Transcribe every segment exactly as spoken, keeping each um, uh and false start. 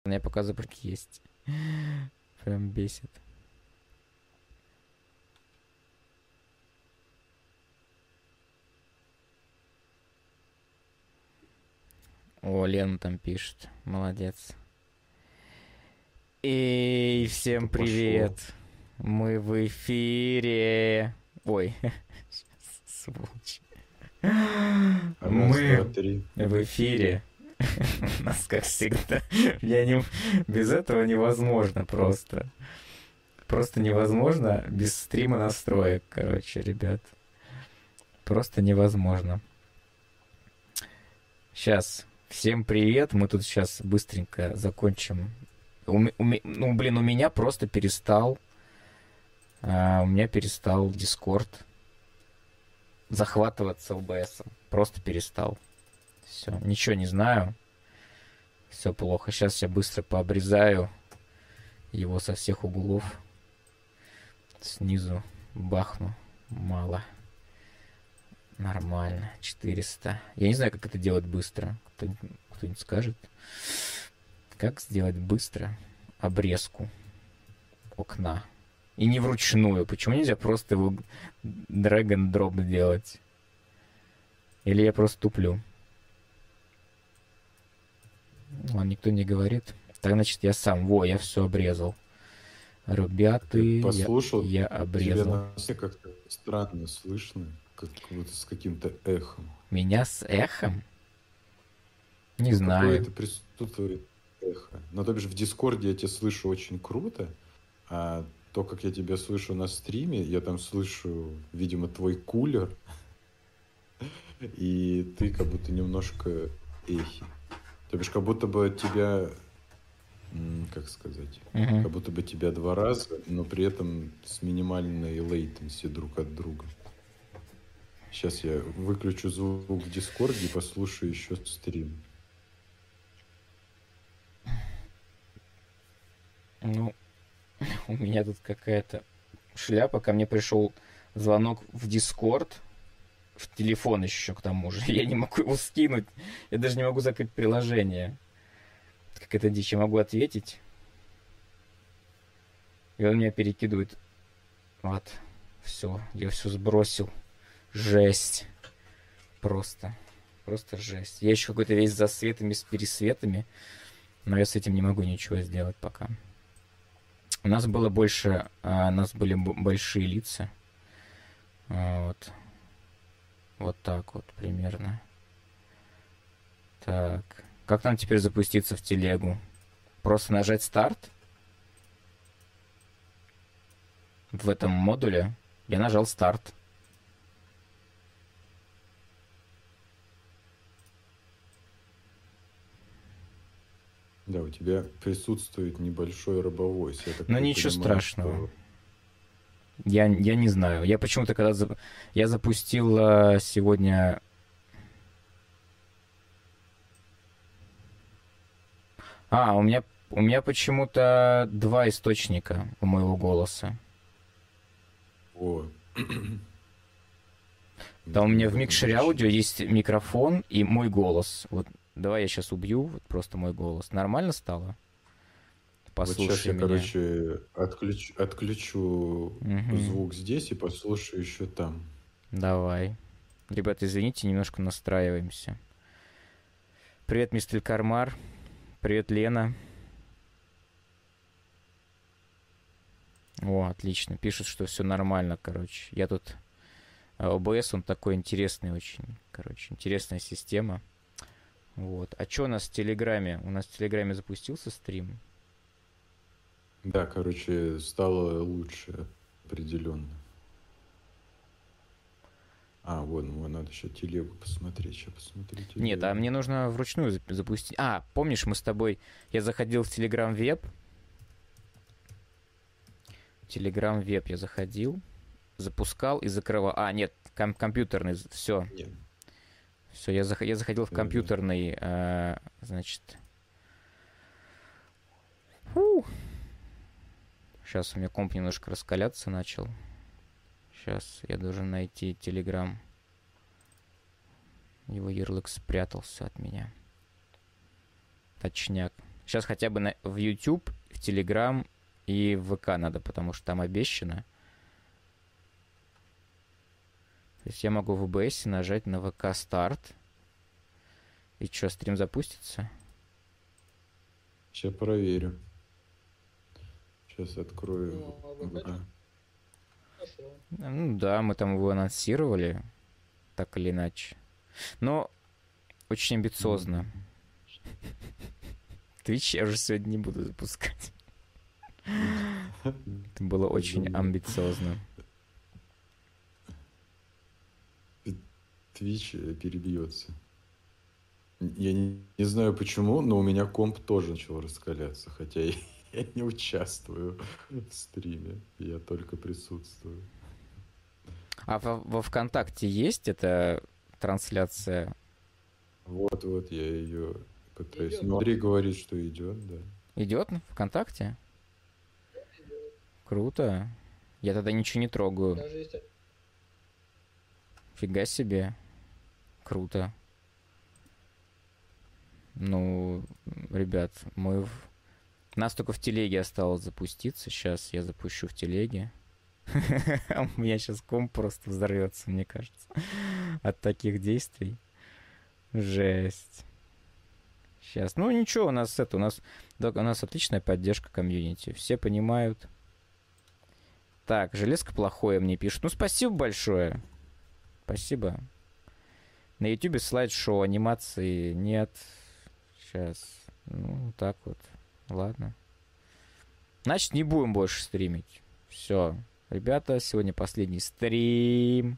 У меня пока запрыги есть. Прям бесит. О, Лена там пишет. Молодец. Эй, всем Что-то привет. пошло. Мы в эфире. Ой, сволочь. Раз, два, Мы три. в эфире. У нас, как всегда, я не... без этого невозможно просто. Просто невозможно без стрима настроек, короче, ребят. Просто невозможно. Сейчас. Всем привет. Мы тут сейчас быстренько закончим. У, ме- у ме- ну, блин, у меня просто перестал... а, у меня перестал Discord захватываться о бэ эс. Просто перестал. Все. Ничего не знаю. Все плохо. Сейчас я быстро пообрезаю его со всех углов. Снизу бахну. Мало. Нормально. четыреста. Я не знаю, как это делать быстро. Кто- Кто-нибудь скажет? Как сделать быстро обрезку окна? И не вручную. Почему нельзя просто его drag and drop делать? Или я просто туплю? Ладно, никто не говорит. Так, значит, я сам. Во, я все обрезал. Ребята, Я я, послушал, я тебя обрезал. на все как-то странно слышно, как будто с каким-то эхом. Меня с эхом? Не Ну, знаю. какое-то присутствует эхо. Но то бишь в Дискорде я тебя слышу очень круто, а то, как я тебя слышу на стриме, я там слышу, видимо, твой кулер, и ты как будто немножко эхи. То бишь как будто бы тебя, м, как сказать, Мгм. как будто бы тебя два раза, но при этом с минимальной лейтенси друг от друга. Сейчас я выключу звук в Дискорде и послушаю еще стрим. Ну, у меня тут какая-то шляпа. Ко мне пришел звонок в Дискорд. В телефон еще к тому же. Я не могу его скинуть. Я даже не могу закрыть приложение. Как это дичь. Я могу ответить. И он меня перекидывает. Вот. Все. Я все сбросил. Жесть. Просто. Просто жесть. Я еще какой-то весь с засветами, с пересветами. Но я с этим не могу ничего сделать пока. У нас было больше... а, у нас были б- большие лица. А, вот. Вот так вот примерно. Так. Как нам теперь запуститься в телегу? Просто нажать старт в этом модуле. Я нажал старт. Да, у тебя присутствует небольшой робовойс. Я так Но ничего понимаю, страшного. что... Я, я не знаю. Я почему-то когда... зап- Я запустил а, сегодня... А, у меня, у меня почему-то два источника у моего голоса. О, Там у нужно меня в об этом микшере аудио уточнить. есть микрофон и мой голос. Вот давай я сейчас убью вот просто мой голос. Нормально стало? Вот сейчас Послушай я, меня. короче, отключ... отключу Угу. звук здесь и послушаю еще там. Давай. Ребята, извините, немножко настраиваемся. Привет, мистер Кармар. Привет, Лена. О, отлично. Пишут, что все нормально, короче. Я тут... а, о бэ эс, он такой интересный очень. Короче, интересная система. Вот. А что у нас в Телеграме? У нас в Телеграме запустился стрим? Да, короче, стало лучше определенно. А, вот, ну, надо еще телегу посмотреть. Сейчас посмотрю Нет, а телегу. мне нужно вручную зап- запустить. А, помнишь, мы с тобой... Я заходил в Telegram Веб. Telegram Веб я заходил, запускал и закрывал. А, нет, ком- компьютерный. Все. Нет. Все, я, зах... я заходил в Да-да. компьютерный, э, значит... Фу. Сейчас у меня комп немножко раскаляться начал. Сейчас я должен найти Telegram. Его ярлык спрятался от меня. Точняк. Сейчас хотя бы на, в YouTube, в Telegram и в ВК надо, потому что там обещано. То есть я могу в о бэ эс нажать на ВК старт. И что, стрим запустится? Сейчас проверю. Сейчас открою. Ну, а вы ВК. хотите? Хорошо. Ну да, мы там его анонсировали, так или иначе. Но очень амбициозно. Twitch я уже сегодня не буду запускать. Это было очень амбициозно. Twitch перебьется. Я не, не знаю почему, но у меня комп тоже начал раскаляться, хотя я, я не участвую в стриме, я только присутствую. А во, во ВКонтакте есть эта трансляция? Вот-вот я ее пытаюсь. Идет. Внутри говорит, что идет, да. Идет на ВКонтакте? Круто. Я тогда ничего не трогаю. Даже если Фига себе. Круто. Ну, ребят, мы в... Нас только в телеге осталось запуститься. Сейчас я запущу в телеге. У меня сейчас комп просто взорвется, мне кажется, от таких действий. Жесть. Сейчас. Ну ничего, у нас это, у нас, да, у нас отличная поддержка комьюнити. Все понимают. Так, железка плохое мне пишут. Ну, спасибо большое. Спасибо. На ютубе слайд-шоу, анимации нет. Сейчас. Ну, так вот. Ладно. Значит, не будем больше стримить. Все. Ребята, сегодня последний стрим.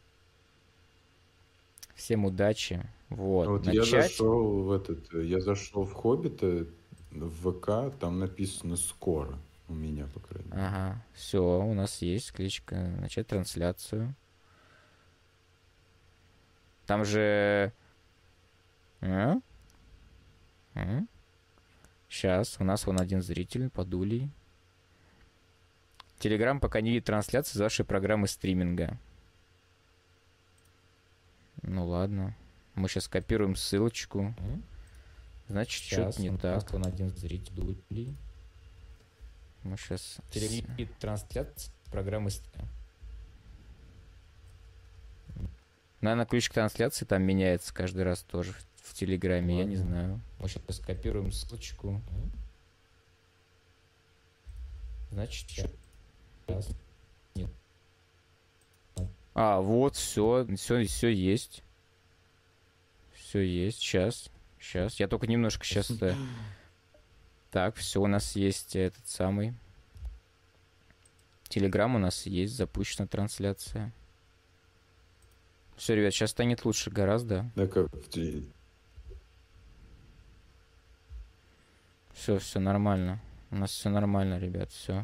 Всем удачи. Вот. Вот Начать. я зашел в этот, я зашел в Хоббита, в ВК, там написано «скоро». У меня, по крайней мере. Ага. Все, у нас есть кличка. Начать трансляцию. Там же... А? А? Сейчас. У нас вон один зритель под Улей. Телеграм пока не видит трансляции из вашей программы стриминга. Ну ладно. Мы сейчас копируем ссылочку. Значит, что-то не так. Вон один зритель Улей. Мы сейчас... Телеграм трансляции программы стриминга. Наверное, ключ к трансляции там меняется каждый раз тоже в, в Телеграме, ладно. Я не знаю. Мы сейчас скопируем ссылочку. Значит, сейчас. Нет. А, вот, все, все, все есть. Все есть. Сейчас. Сейчас. Я только немножко сейчас. Так, все, у нас есть этот самый. Телеграм у нас есть, запущена трансляция. Все, ребят, сейчас станет лучше гораздо. Да как? Все, все нормально. У нас все нормально, ребят, все.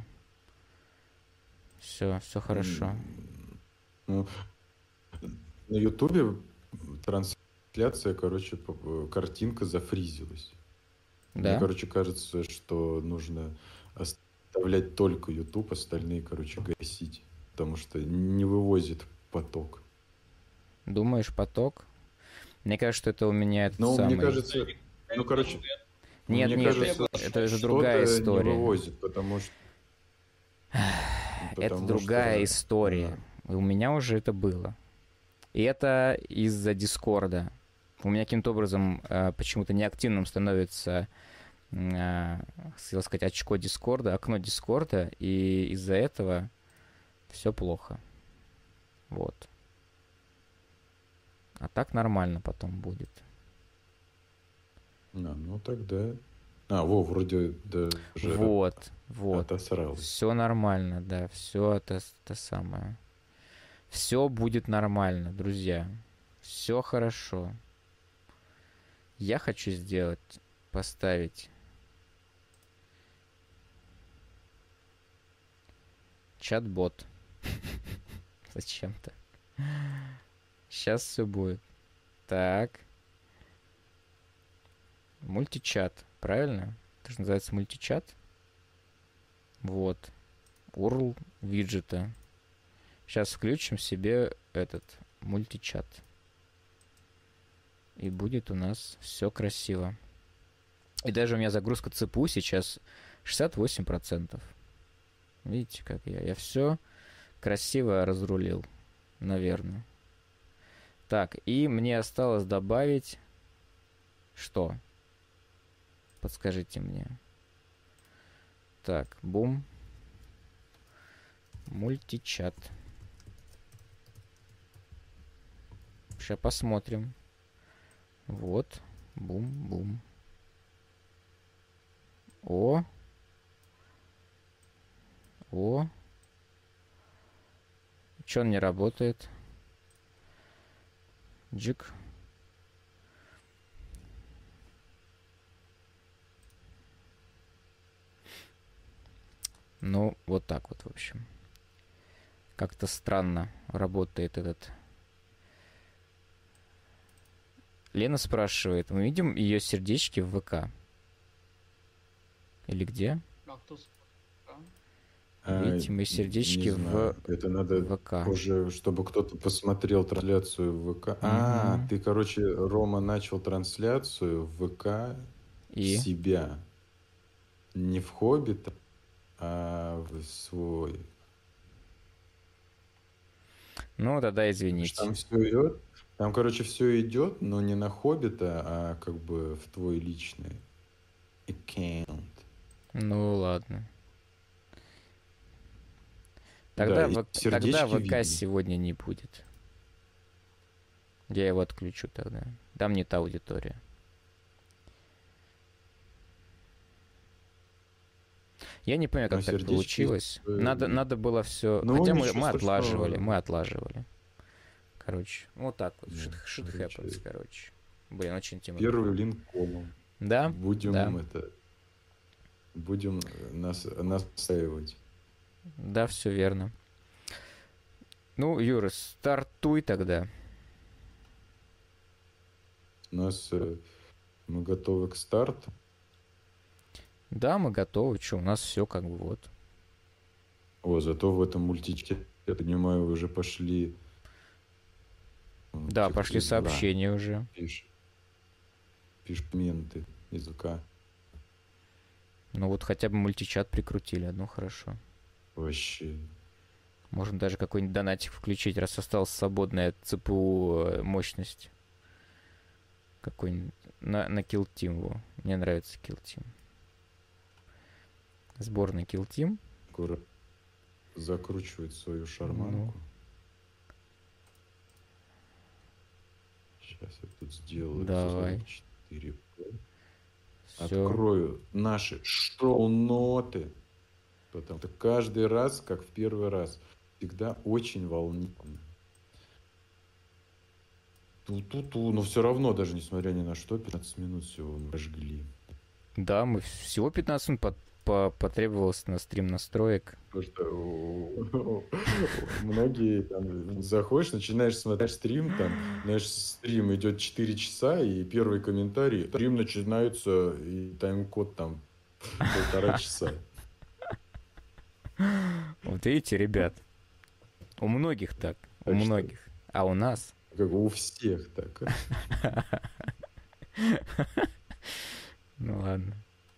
Все, все хорошо. Ну, на Ютубе трансляция, короче, картинка зафризилась. Да? Мне, короче, кажется, что нужно оставлять только YouTube, остальные, короче, гасить, потому что не вывозит поток. Думаешь, поток? Мне кажется, что это у меня этот ну, самый... мне кажется, ну, короче... Нет, мне нет, кажется, это же другая история. Не вывозит, потому что... Это другая что... история. Да. У меня уже это было. И это из-за Дискорда. У меня каким-то образом э, почему-то неактивным становится, э, хотел сказать, очко Дискорда, окно Дискорда, и из-за этого все плохо. Вот. А так нормально потом будет. А, ну тогда... А, во, вроде даже... Вот, вот. Отосралось. Все нормально, да, все это, это самое. Все будет нормально, друзья. Все хорошо. Я хочу сделать, поставить чат-бот. Зачем-то. Сейчас все будет. Так. Мультичат, правильно? Это же называется мультичат. Вот. ю ар эл виджета. Сейчас включим себе этот мультичат. И будет у нас все красиво. И даже у меня загрузка ЦПУ сейчас шестьдесят восемь процентов. Видите, как я? Я все красиво разрулил, наверное. Так, и мне осталось добавить... Что? Подскажите мне. Так, бум. Мультичат. Сейчас посмотрим. Вот. Бум-бум. О. О. Че он не работает? Джик. Ну, вот так вот, в общем. Как-то странно работает этот... Лена спрашивает, мы видим ее сердечки в ВК? Или где? Кактус. Да. А, Видите, мои сердечки не знаю. в Это надо ВК. уже, чтобы кто-то посмотрел трансляцию в ВК. А, Мгм. ты, короче, Рома начал трансляцию в ВК И? себя. Не в Хоббита, а в свой. Ну, тогда Потому что извините. там все идет. Там, короче, все идет, но не на Хоббита, а как бы в твой личный аккаунт. Ну, ладно. Да, Тогда, и ВК, тогда сердечки ВК видно. сегодня не будет. Я его отключу тогда. Там не та аудитория. Я не понимаю, Но как так сердечки, получилось. э, Надо, надо было все. ну, Хотя мы, ничего мы отлаживали, страшного. мы отлаживали. Короче, вот так вот. Да, Shit, shit короче, happens, короче. Блин, очень тема. Первый Линкольн. Да? Будем Да. это. Будем нас, настаивать. Да, все верно. Ну, Юра, стартуй тогда. У нас э, мы готовы к старту. Да, мы готовы. Че, у нас все как бы вот. О, зато в этом мультичке, я понимаю, уже пошли. Да, Что-то пошли из- сообщения уже. Пишет. Пишут менты языка. Ну вот хотя бы мультичат прикрутили, одно хорошо. Вообще. Можно даже какой-нибудь донатик включить, раз осталась свободная ЦПУ э, мощность. Какой-нибудь на, на Kill Team. Во. Мне нравится Kill Team. Сборная Kill Team. Скоро закручивает свою шарманку. Ну. Сейчас я тут сделаю Давай. четыре пэ. Все. Открою наши шоу-ноты. Потому что каждый раз, как в первый раз, всегда очень волнительно. Ту-ту-ту. Но все равно, даже несмотря ни на что, пятнадцать минут всего мы жгли. Да, мы всего пятнадцать минут по- по- потребовалось на стрим настроек. Потому что многие там заходишь, начинаешь смотреть стрим, там, знаешь, стрим идет четыре часа, и первый комментарий, стрим начинается, и тайм-код там полтора часа. Вот видите, ребят, у многих так, у Так что- многих. А у нас? Как у всех так. а. Ну ладно.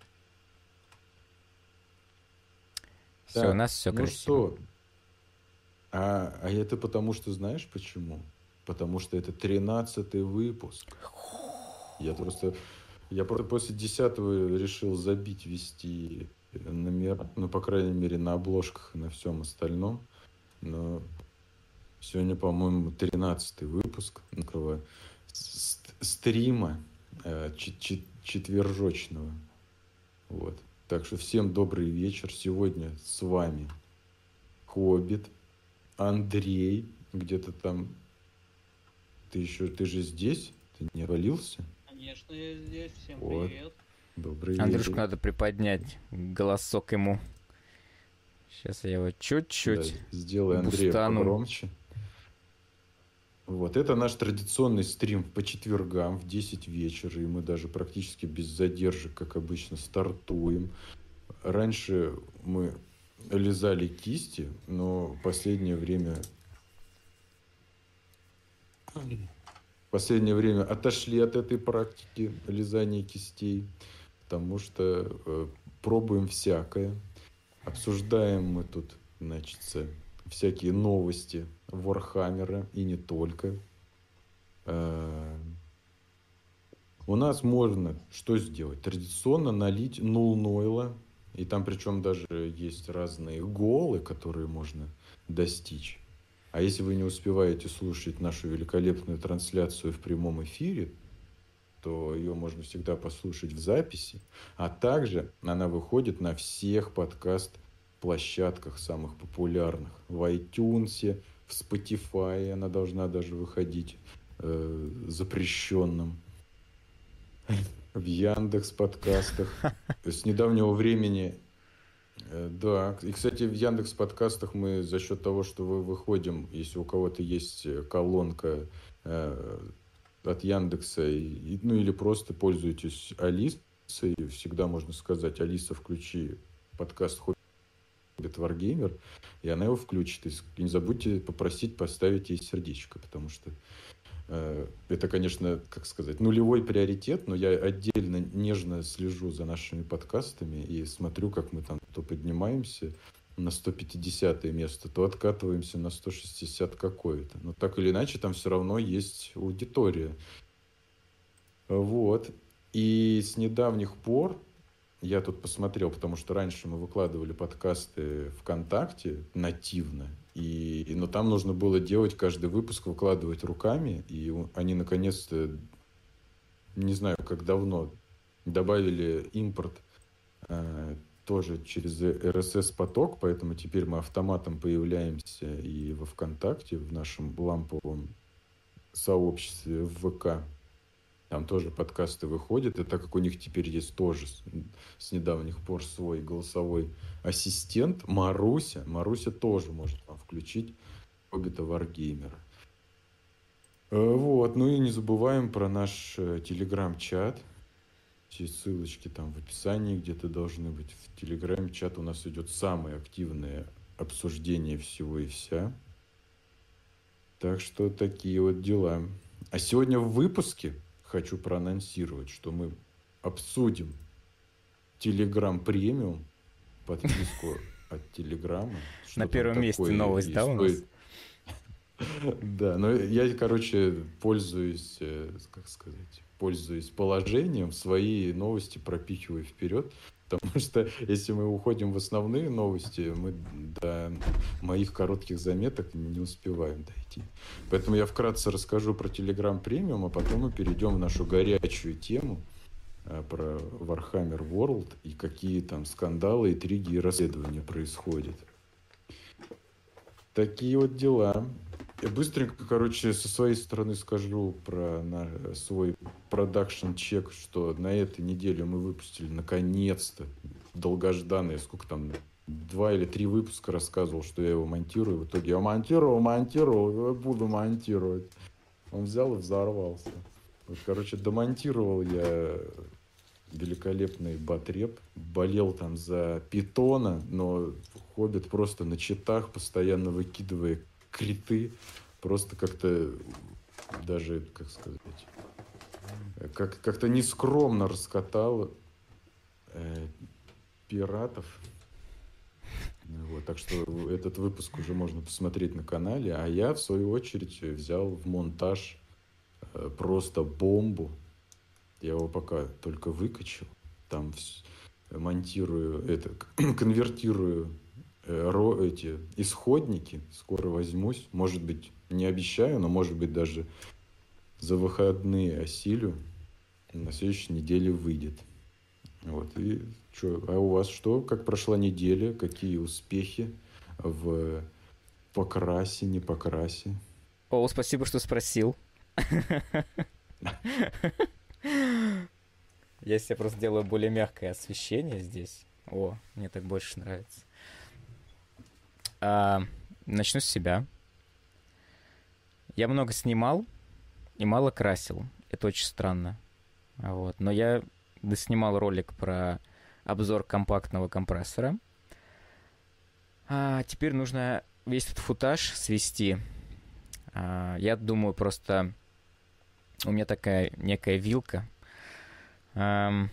Все, Так, у нас все ну красиво. что? А, а это потому что, знаешь почему? Потому что это тринадцатый выпуск. Я просто, я просто после десятого решил забить вести номер, ну, по крайней мере, на обложках и на всем остальном. Но сегодня, по-моему, тринадцатый выпуск накрываю с- стрима э, чет- чет- четвержочного. Вот. Так что всем добрый вечер. Сегодня с вами Хоббит, Андрей, где-то там. Ты еще, ты же здесь? Ты не валился? Конечно, я здесь. Всем Вот. привет. Добрый Андрюшку вечер. надо приподнять, голосок ему. Сейчас я его чуть-чуть. Да, сделай Андрея бустану. погромче. Вот, это наш традиционный стрим по четвергам в десять вечера, и мы даже практически без задержек, как обычно, стартуем. Раньше мы лизали кисти, но в последнее время... В последнее время отошли от этой практики лизания кистей. потому что э, пробуем всякое. Обсуждаем мы тут, значит, всякие новости Вархаммера и не только. Э, У нас можно что сделать? Традиционно налить нул-нойла. И там причем даже есть разные голы, которые можно достичь. А если вы не успеваете слушать нашу великолепную трансляцию в прямом эфире, то ее можно всегда послушать в записи. А также она выходит на всех подкаст-площадках самых популярных. В iTunes, в Spotify она должна даже выходить э, запрещенным. В Яндекс подкастах. С недавнего времени, э, да. И, кстати, в Яндекс подкастах мы за счет того, что мы выходим, если у кого-то есть колонка э, от Яндекса, и, ну или просто пользуетесь Алисой, всегда можно сказать: Алиса, включи подкаст Хоббит Варгеймер, и она его включит. И не забудьте попросить поставить ей сердечко, потому что это, конечно, как сказать, нулевой приоритет, но я отдельно нежно слежу за нашими подкастами и смотрю, как мы там то поднимаемся на сто пятидесятое место, то откатываемся на сто шестьдесят какое-то. Но так или иначе, там все равно есть аудитория. Вот. И с недавних пор я тут посмотрел, потому что раньше мы выкладывали подкасты ВКонтакте нативно, и, но там нужно было делать каждый выпуск, выкладывать руками, и они наконец-то, не знаю, как давно, добавили импорт э, тоже через эр эс эс-поток, поэтому теперь мы автоматом появляемся и во ВКонтакте, в нашем ламповом сообществе в ВК. Там тоже подкасты выходят, и так как у них теперь есть тоже с, с недавних пор свой голосовой ассистент, Маруся, Маруся тоже может там включить Хоббита Варгеймера. Вот, ну и не забываем про наш телеграм-чат. Все ссылочки там в описании где-то должны быть. В телеграм-чат у нас идет самое активное обсуждение всего и вся. Так что такие вот дела. А сегодня в выпуске хочу проанонсировать, что мы обсудим Telegram премиум, подписку от Телеграма. На первом месте новость, да, у нас? Да, но я, короче, пользуюсь, как сказать, пользуюсь положением, свои новости пропихиваю вперед, потому что если мы уходим в основные новости, мы до моих коротких заметок не успеваем дойти. Поэтому я вкратце расскажу про Telegram премиум, а потом мы перейдем в нашу горячую тему про Warhammer World и какие там скандалы, интриги и расследования происходят. Такие вот дела. Я быстренько, короче, со своей стороны скажу про наш, свой продакшн-чек, что на этой неделе мы выпустили наконец-то долгожданный, сколько там, два или три выпуска рассказывал, что я его монтирую. В итоге я монтировал, монтировал, буду монтировать. Он взял и взорвался. Вот, короче, домонтировал я великолепный Батреп. Болел там за Питона, но Хоббит просто на читах, постоянно выкидывая криты, просто как-то даже, как сказать, как, как-то нескромно раскатал э, пиратов. Вот, так что этот выпуск уже можно посмотреть на канале. А я, в свою очередь, взял в монтаж э, просто бомбу. Я его пока только выкачал. Там монтирую, это, конвертирую эти исходники, скоро возьмусь, может быть, не обещаю, но может быть даже за выходные осилю, на следующей неделе выйдет. Вот, и что, а у вас что, как прошла неделя, какие успехи в покрасе, не покрасе? О, спасибо, что спросил. Я себе просто делаю более мягкое освещение здесь. О, мне так больше нравится. А, начну с себя. Я много снимал и мало красил. Это очень странно. Вот. Но я доснимал ролик про обзор компактного компрессора. А теперь нужно весь этот футаж свести. А, я думаю, просто у меня такая некая вилка. А,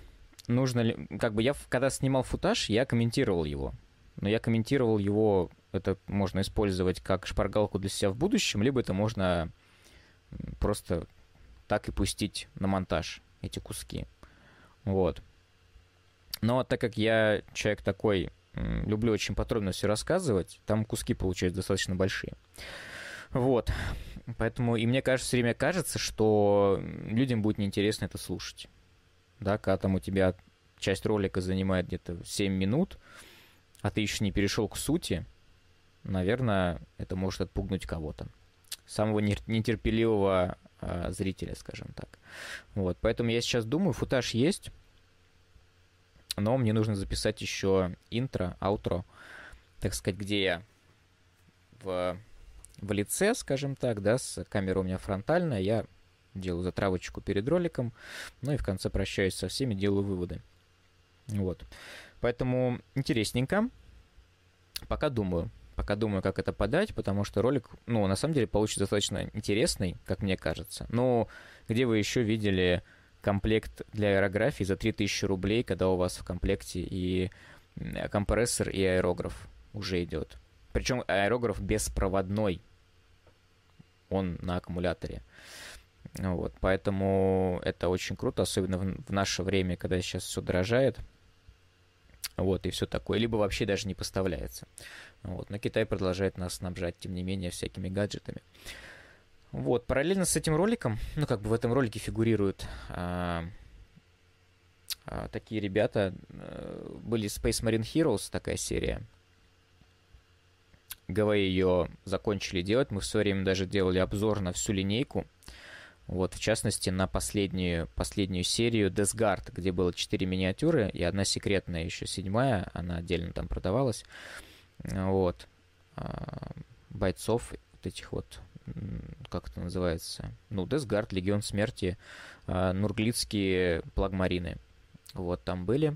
нужно ли... Как бы я, в- когда снимал футаж, я комментировал его. Но я комментировал его... Это можно использовать как шпаргалку для себя в будущем, либо это можно м, просто так и пустить на монтаж, эти куски. Вот. Но так как я человек такой, м, люблю очень подробно все рассказывать, там куски получаются достаточно большие. Вот. Поэтому, и мне кажется, все время кажется, что людям будет неинтересно это слушать. Да, когда там у тебя часть ролика занимает где-то семь минут, а ты еще не перешел к сути, наверное, это может отпугнуть кого-то. Самого нер- нетерпеливого а, зрителя, скажем так. Вот. Поэтому я сейчас думаю, футаж есть, но мне нужно записать еще интро, аутро, так сказать, где я в, в лице, скажем так, да, с камерой у меня фронтальная, я делаю затравочку перед роликом, ну и в конце прощаюсь со всеми, делаю выводы. Вот. Поэтому интересненько. Пока думаю. Пока думаю, как это подать, потому что ролик, ну, на самом деле, получится достаточно интересный, как мне кажется. Но где вы еще видели комплект для аэрографии за три тысячи рублей, когда у вас в комплекте и компрессор, и аэрограф уже идет? Причем аэрограф беспроводной. Он на аккумуляторе. Вот, поэтому это очень круто, особенно в, в наше время, когда сейчас все дорожает. Вот, и все такое. Либо вообще даже не поставляется. Вот, но Китай продолжает нас снабжать, тем не менее, всякими гаджетами. Вот, параллельно с этим роликом, ну, как бы в этом ролике фигурируют а, а, такие ребята. А, были Space Marine Heroes, такая серия. ГВ ее закончили делать. Мы в свое время даже делали обзор на всю линейку. Вот, в частности, на последнюю, последнюю серию Death Guard, где было четыре миниатюры, и одна секретная еще, седьмая, она отдельно там продавалась. Вот. Бойцов вот этих вот, как это называется? Ну, Death Guard, Легион Смерти, нурглицкие плагмарины. Вот, там были.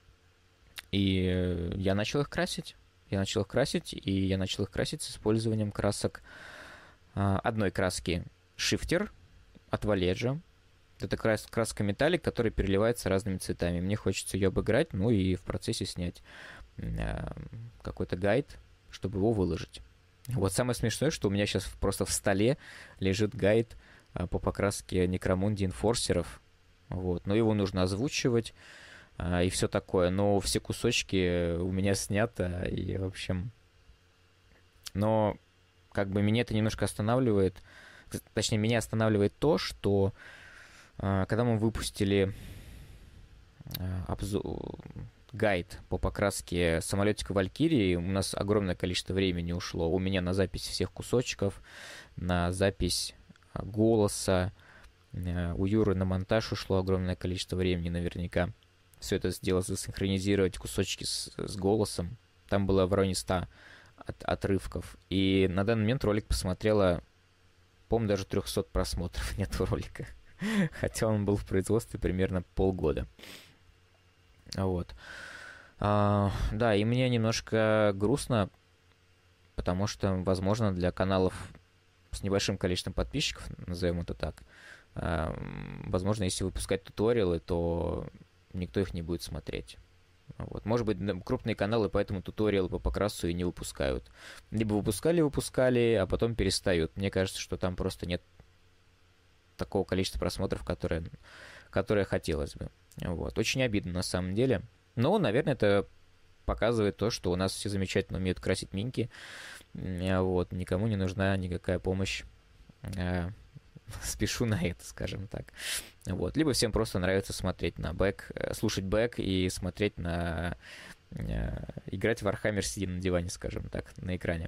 И я начал их красить. Я начал их красить, и я начал их красить с использованием красок одной краски Shifter от Валеджа. Это крас- краска металлик, которая переливается разными цветами. Мне хочется ее обыграть, ну и в процессе снять э, какой-то гайд, чтобы его выложить. Вот самое смешное, что у меня сейчас просто в столе лежит гайд э, по покраске Некромунди инфорсеров. Вот. Но его нужно озвучивать э, и все такое. Но все кусочки у меня снято. И, в общем... Но как бы меня это немножко останавливает. Точнее, меня останавливает то, что э, когда мы выпустили э, обзор, гайд по покраске самолетика Валькирии, у нас огромное количество времени ушло. У меня на запись всех кусочков, на запись голоса, э, у Юры на монтаж ушло огромное количество времени наверняка. Все это сделать, засинхронизировать кусочки с, с голосом. Там было в районе ста от, отрывков. И на данный момент ролик посмотрела... По-моему, даже триста просмотров нет ролика. Хотя он был в производстве примерно полгода. Вот. А, да, и мне немножко грустно, потому что, возможно, для каналов с небольшим количеством подписчиков, назовем это так, а, возможно, если выпускать туториалы, то никто их не будет смотреть. Вот. Может быть, крупные каналы поэтому туториалы по покрасу и не выпускают. Либо выпускали-выпускали, а потом перестают. Мне кажется, что там просто нет такого количества просмотров, которое, которое хотелось бы. Вот. Очень обидно на самом деле. Но, наверное, это показывает то, что у нас все замечательно умеют красить миньки. Вот. Никому не нужна никакая помощь. Спешу на это, скажем так. Вот. Либо всем просто нравится смотреть на бэк, слушать бэк и смотреть на... Э, играть в Warhammer, сидя на диване, скажем так, на экране.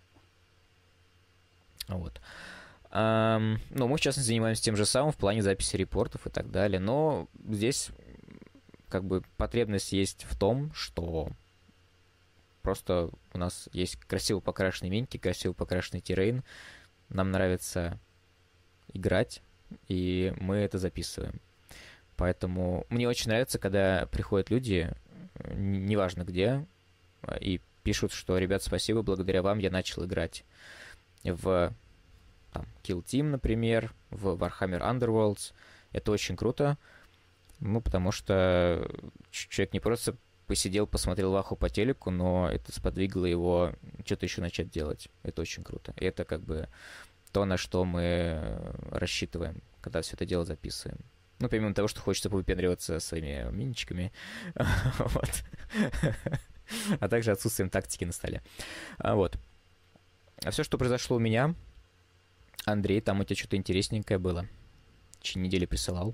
Вот. Эм, ну, мы, в частности, занимаемся тем же самым в плане записи репортов и так далее. Но здесь как бы потребность есть в том, что просто у нас есть красиво покрашенные миньки, красиво покрашенный террейн. Нам нравится играть, и мы это записываем. Поэтому мне очень нравится, когда приходят люди, неважно где, и пишут, что, ребят, спасибо, благодаря вам я начал играть в там, Kill Team, например, в Warhammer Underworlds. Это очень круто. Ну, потому что ч- человек не просто посидел, посмотрел Ваху по телеку, но это сподвигло его что-то еще начать делать. Это очень круто. И это как бы то, на что мы рассчитываем, когда все это дело записываем. Ну, помимо того, что хочется повыпендриваться своими миничками, вот. А также отсутствием тактики на столе. А вот. А все, что произошло у меня, Андрей, там у тебя что-то интересненькое было. В течение недели присылал.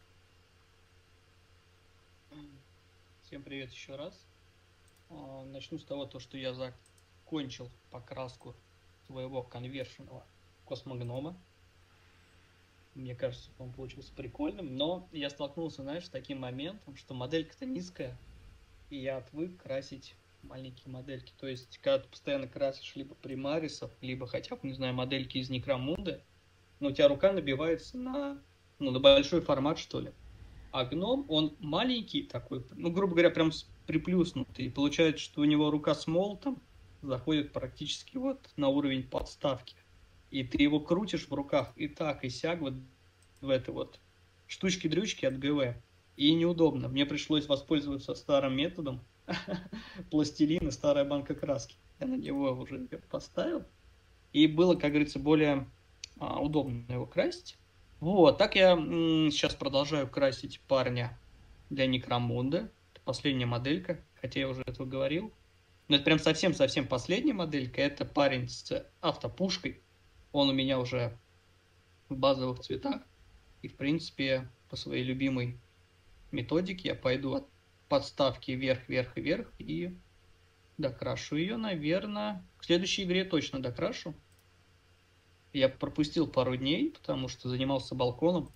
Всем привет еще раз. А, Начну с того, то, что я закончил покраску своего конвершенного космогнома. Мне кажется, он получился прикольным, но я столкнулся, знаешь, с таким моментом, что моделька-то низкая, и я отвык красить маленькие модельки. То есть, когда ты постоянно красишь либо примарисов, либо хотя бы, не знаю, модельки из Некромунда, но у тебя рука набивается на, ну, на большой формат, что ли. А гном, он маленький такой, ну, грубо говоря, прям приплюснутый. И получается, что у него рука с молотом заходит практически вот на уровень подставки. И ты его крутишь в руках и так, и сяк вот в этой вот штучки-дрючки от ГВ. И неудобно. Мне пришлось воспользоваться старым методом пластилина, старая банка краски. Я на него уже её поставил. И было, как говорится, более а, удобно его красить. Вот, так я м, сейчас продолжаю красить парня для Некромунда. Это последняя моделька, хотя я уже этого говорил. Но это прям совсем-совсем последняя моделька. Это парень с автопушкой. Он у меня уже в базовых цветах. И, в принципе, по своей любимой методике я пойду от подставки вверх, вверх и вверх и докрашу ее, наверное. К следующей игре точно докрашу. Я пропустил пару дней, потому что занимался балконом.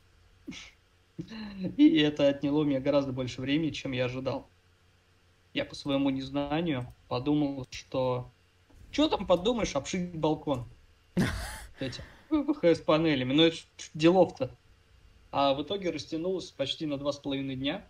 И это отняло мне гораздо больше времени, чем я ожидал. Я по своему незнанию подумал, что... Что там подумаешь, обшить балкон? Эти ВХС-панелями. Ну это ж делов-то. А в итоге растянулось почти на два с половиной дня.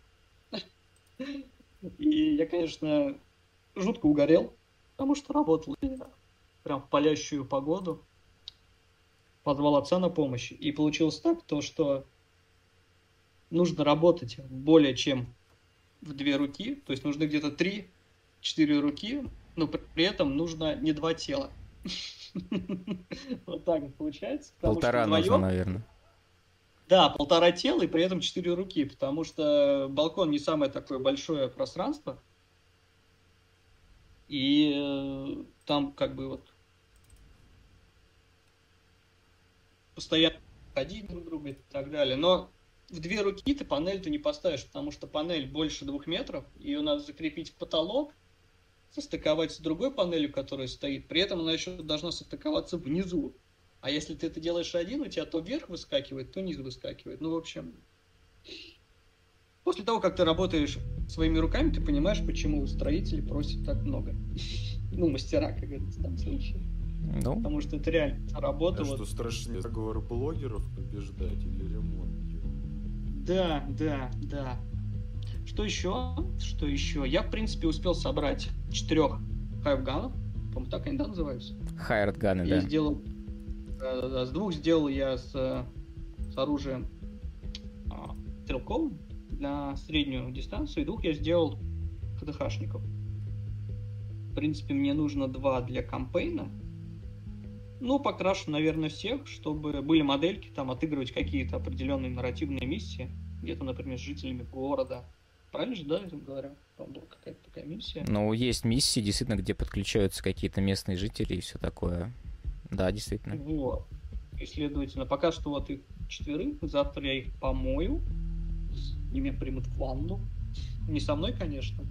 И я, конечно, жутко угорел, потому что работал я прям в палящую погоду. Позвал отца на помощь. И получилось так, то, что нужно работать более чем в две руки. То есть нужно где-то три-четыре руки, но при этом нужно не два тела. Вот так вот получается. Полтора нужно, наверное. Да, полтора тела и при этом четыре руки, потому что балкон не самое такое большое пространство. И э, там как бы вот постоянно ходить друг друга и так далее. Но в две руки ты панель-то не поставишь, потому что панель больше двух метров, ее надо закрепить в потолок, состыковать с другой панелью, которая стоит. При этом она еще должна состыковаться внизу. А если ты это делаешь один, у тебя то вверх выскакивает, то низ выскакивает. Ну, в общем, после того, как ты работаешь своими руками, ты понимаешь, почему строители просят так много. Ну, мастера, как говорится, в том случае. Ну, Потому что это реально работа. А вот. что страшнее, заговор блогеров побеждать или ремонт делать? Да, да, да. Что еще? Что еще? Я, в принципе, успел собрать четырех хайвганов. По-моему, так они, да, называются? хайрдганы, Я да. сделал... Да, да, да. С двух сделал я с, с оружием а, стрелковым на среднюю дистанцию, и двух я сделал ХДХшников. В принципе, мне нужно два для кампейна. Ну, покрашу, наверное, всех, чтобы были модельки, там, отыгрывать какие-то определенные нарративные миссии. Где-то, например, с жителями города. Правильно же, да, я говорю? Там была какая-то такая миссия. Ну, есть миссии, действительно, где подключаются какие-то местные жители и все такое. Да, действительно. Вот. И, следовательно, пока что вот их четверых. Завтра я их помою. И меня примут в ванну. Не со мной, конечно.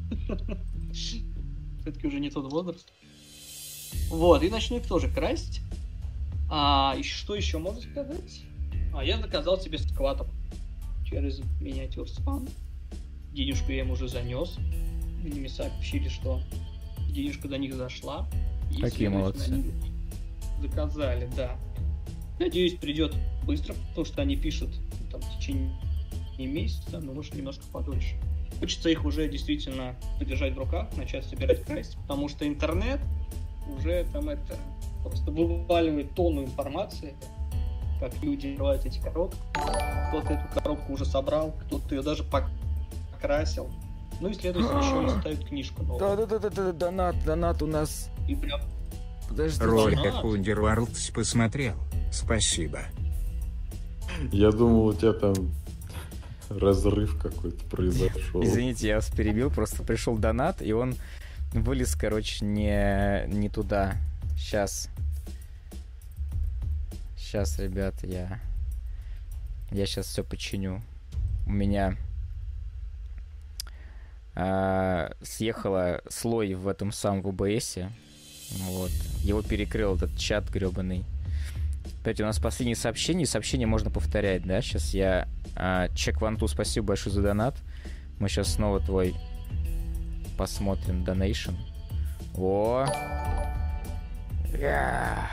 Все-таки уже не тот возраст. Вот, и начну их тоже красить. А и что еще можно сказать? А я заказал себе скватов через миниатюр спан. Денежку я им уже занес. Они мне сообщили, что денежка до них зашла. И, Какие молодцы. они заказали, да. Надеюсь, придет быстро, потому что они пишут там, в течение месяца, но может немножко подольше. Хочется их уже действительно подержать в руках, начать собирать красить, потому что интернет уже там это просто вываливает тонну информации. как люди открывают эти коробки. Кто-то эту коробку уже собрал, кто-то ее даже покрасил. Ну и, следовательно, еще и ставит книжку новую. Да-да-да-да, донат, донат у нас. И прям... Подожди. Ролик Донат. от Wonderworlds посмотрел. Спасибо. Я думал, у тебя там разрыв какой-то произошел. Извините, я вас перебил, просто пришел донат, и он вылез, короче, не, не туда. Сейчас. Сейчас, ребята, я... Я сейчас все починю. У меня а, съехала слой в этом самом в о бэ эс. Вот. Его перекрыл этот чат гребаный. Опять у нас последние сообщения. Сообщения можно повторять, да? Сейчас я... А, Чек Ванту, спасибо большое за донат. Мы сейчас снова твой посмотрим. Донейшн. О! Я.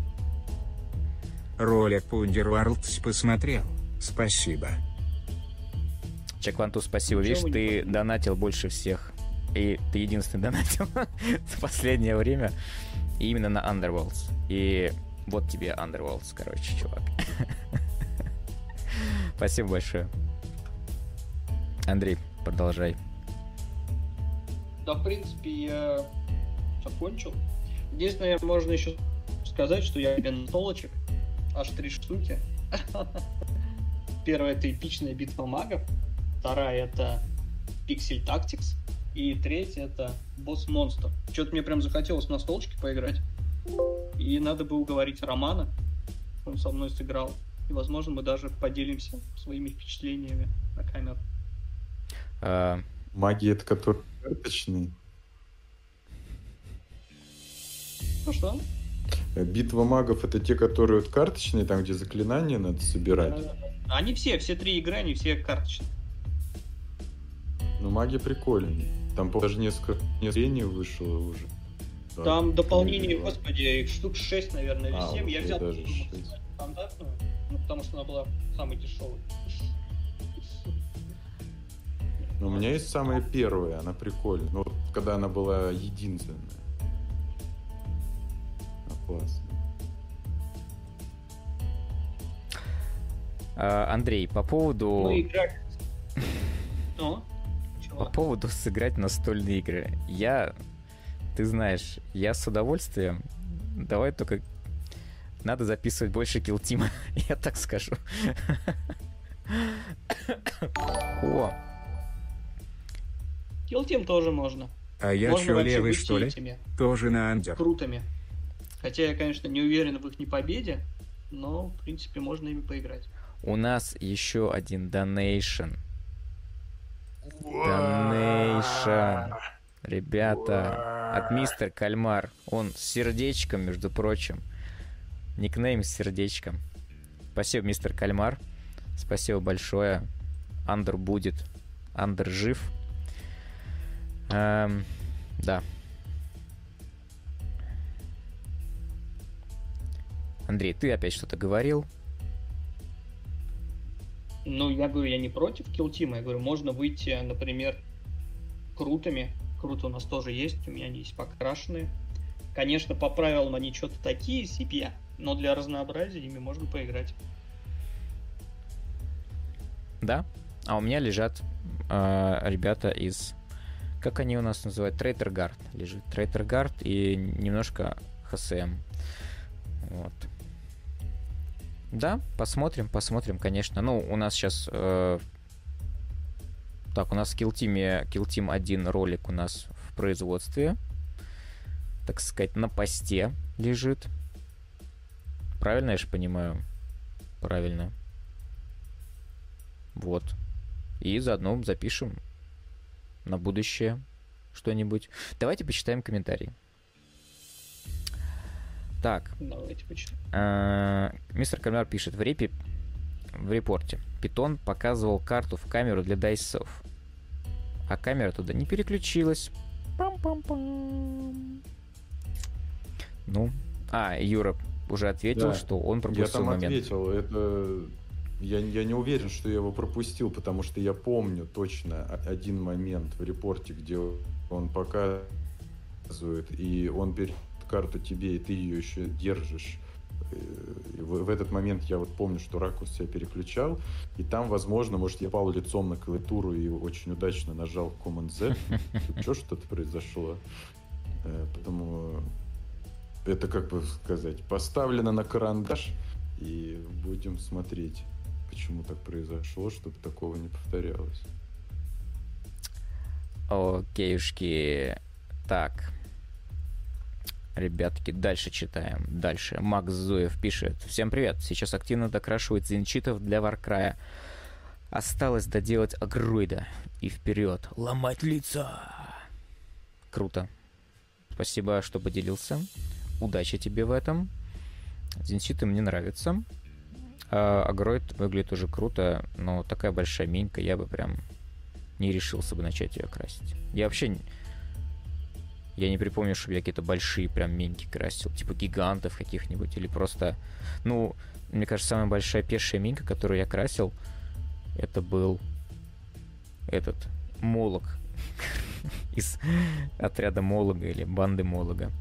Ролик Wonderworlds посмотрел. Спасибо. Чек Ванту, спасибо. Ничего Видишь, не ты понял. донатил больше всех. И ты единственный донатил в последнее время. И именно на Underworlds. И вот тебе Underworlds, короче, чувак. Спасибо большое. Андрей, продолжай. Да, в принципе, я закончил. Единственное, можно еще сказать, что я себе настолочек. Аж три штуки. Первая — это эпичная битва магов. Вторая — это Pixel Tactics. И третья — это босс монстр. Что-то мне прям захотелось на столочке поиграть. И надо бы уговорить Романа. Он со мной сыграл. И, возможно, мы даже поделимся своими впечатлениями на камеру. А, Маги это который карточный. Ну что? Э, Битва магов это те, которые вот карточные, там где заклинания надо собирать. Да-да-да. Они все, все три игры, они все карточные. Ну маги прикольные. Там по- даже несколько несколько вышло уже. Да, Там дополнение, два. господи, их штук шесть, наверное, или А, семь. Я вот взял даже просто шесть. стандартную, ну, потому что она была самой дешевой. Но у меня есть самая первая, она прикольная. Ну, вот когда она была единственная. А, классно. а, Андрей, по поводу... Ну, играть. Ну, По чего? поводу сыграть настольные игры. Я, ты знаешь, я с удовольствием. Давай только надо записывать больше килтима, я так скажу. О, Kill Team тоже можно. А я можно чё, вообще левый, быть что ли? этими Тоже на андер. крутами. Хотя я, конечно, не уверен в их непобеде, но, в принципе, можно ими поиграть. у нас еще один донейшн. Донейшн. Ребята, от мистер Кальмар. Он с сердечком, между прочим. Никнейм с сердечком. Спасибо, мистер Кальмар. Спасибо большое. Андер будет. Андер жив. Эм, да. Андрей, ты опять что-то говорил? Ну, я говорю, я не против Kill Team. Я говорю, можно выйти, например, крутыми. Круто у нас тоже есть. У меня они есть покрашенные. Конечно, по правилам они что-то такие себе, но для разнообразия ими можно поиграть. Да. А у меня лежат э, ребята из... Как они у нас называют? Трейтер Гард лежит. Трейтер Гард и немножко эйч эс эм. Вот. Да, посмотрим, посмотрим, конечно. Ну, у нас сейчас... Э... Так, у нас в Kill Team, Kill Team один ролик у нас в производстве. Так сказать, на посте лежит. Правильно я же понимаю? Правильно. Вот. И заодно запишем на будущее что-нибудь. Давайте почитаем комментарии. Так. Давайте почитаем. э, Мистер Кальмар пишет в репе, в репорте. Питон показывал карту в камеру для дайсов, а камера туда не переключилась. Пам-пам-пам. Ну, а, Юра уже ответил, Да, что он Я пропустил там момент. ответил, это... Я, я не уверен, что я его пропустил, потому что я помню точно о- один момент в репорте, где он показывает, и он берет карту тебе, и ты ее еще держишь И в, в этот момент я вот помню, что ракурс я переключал, и там, возможно, может, я пал лицом на клавиатуру и очень удачно нажал Command-Z. Что что-то произошло. Потому это, как бы сказать, поставлено на карандаш, и будем смотреть, почему так произошло, чтобы такого не повторялось. Окейшки. Так. Ребятки, дальше читаем. Дальше. Макс Зуев пишет. Всем привет. Сейчас активно докрашивает зенчитов для Варкрая. Осталось доделать агроида. И вперед. Ломать лица. Круто. Спасибо, что поделился. Удачи тебе в этом. Зенчиты мне нравятся. А агроид выглядит уже круто, но такая большая минька, я бы прям не решился бы начать ее красить. Я вообще... Я не припомню, чтобы я какие-то большие прям миньки красил. Типа гигантов каких-нибудь. Или просто... Ну, мне кажется, самая большая пешая минька, которую я красил, это был этот Молог из отряда Молога или банды Молога.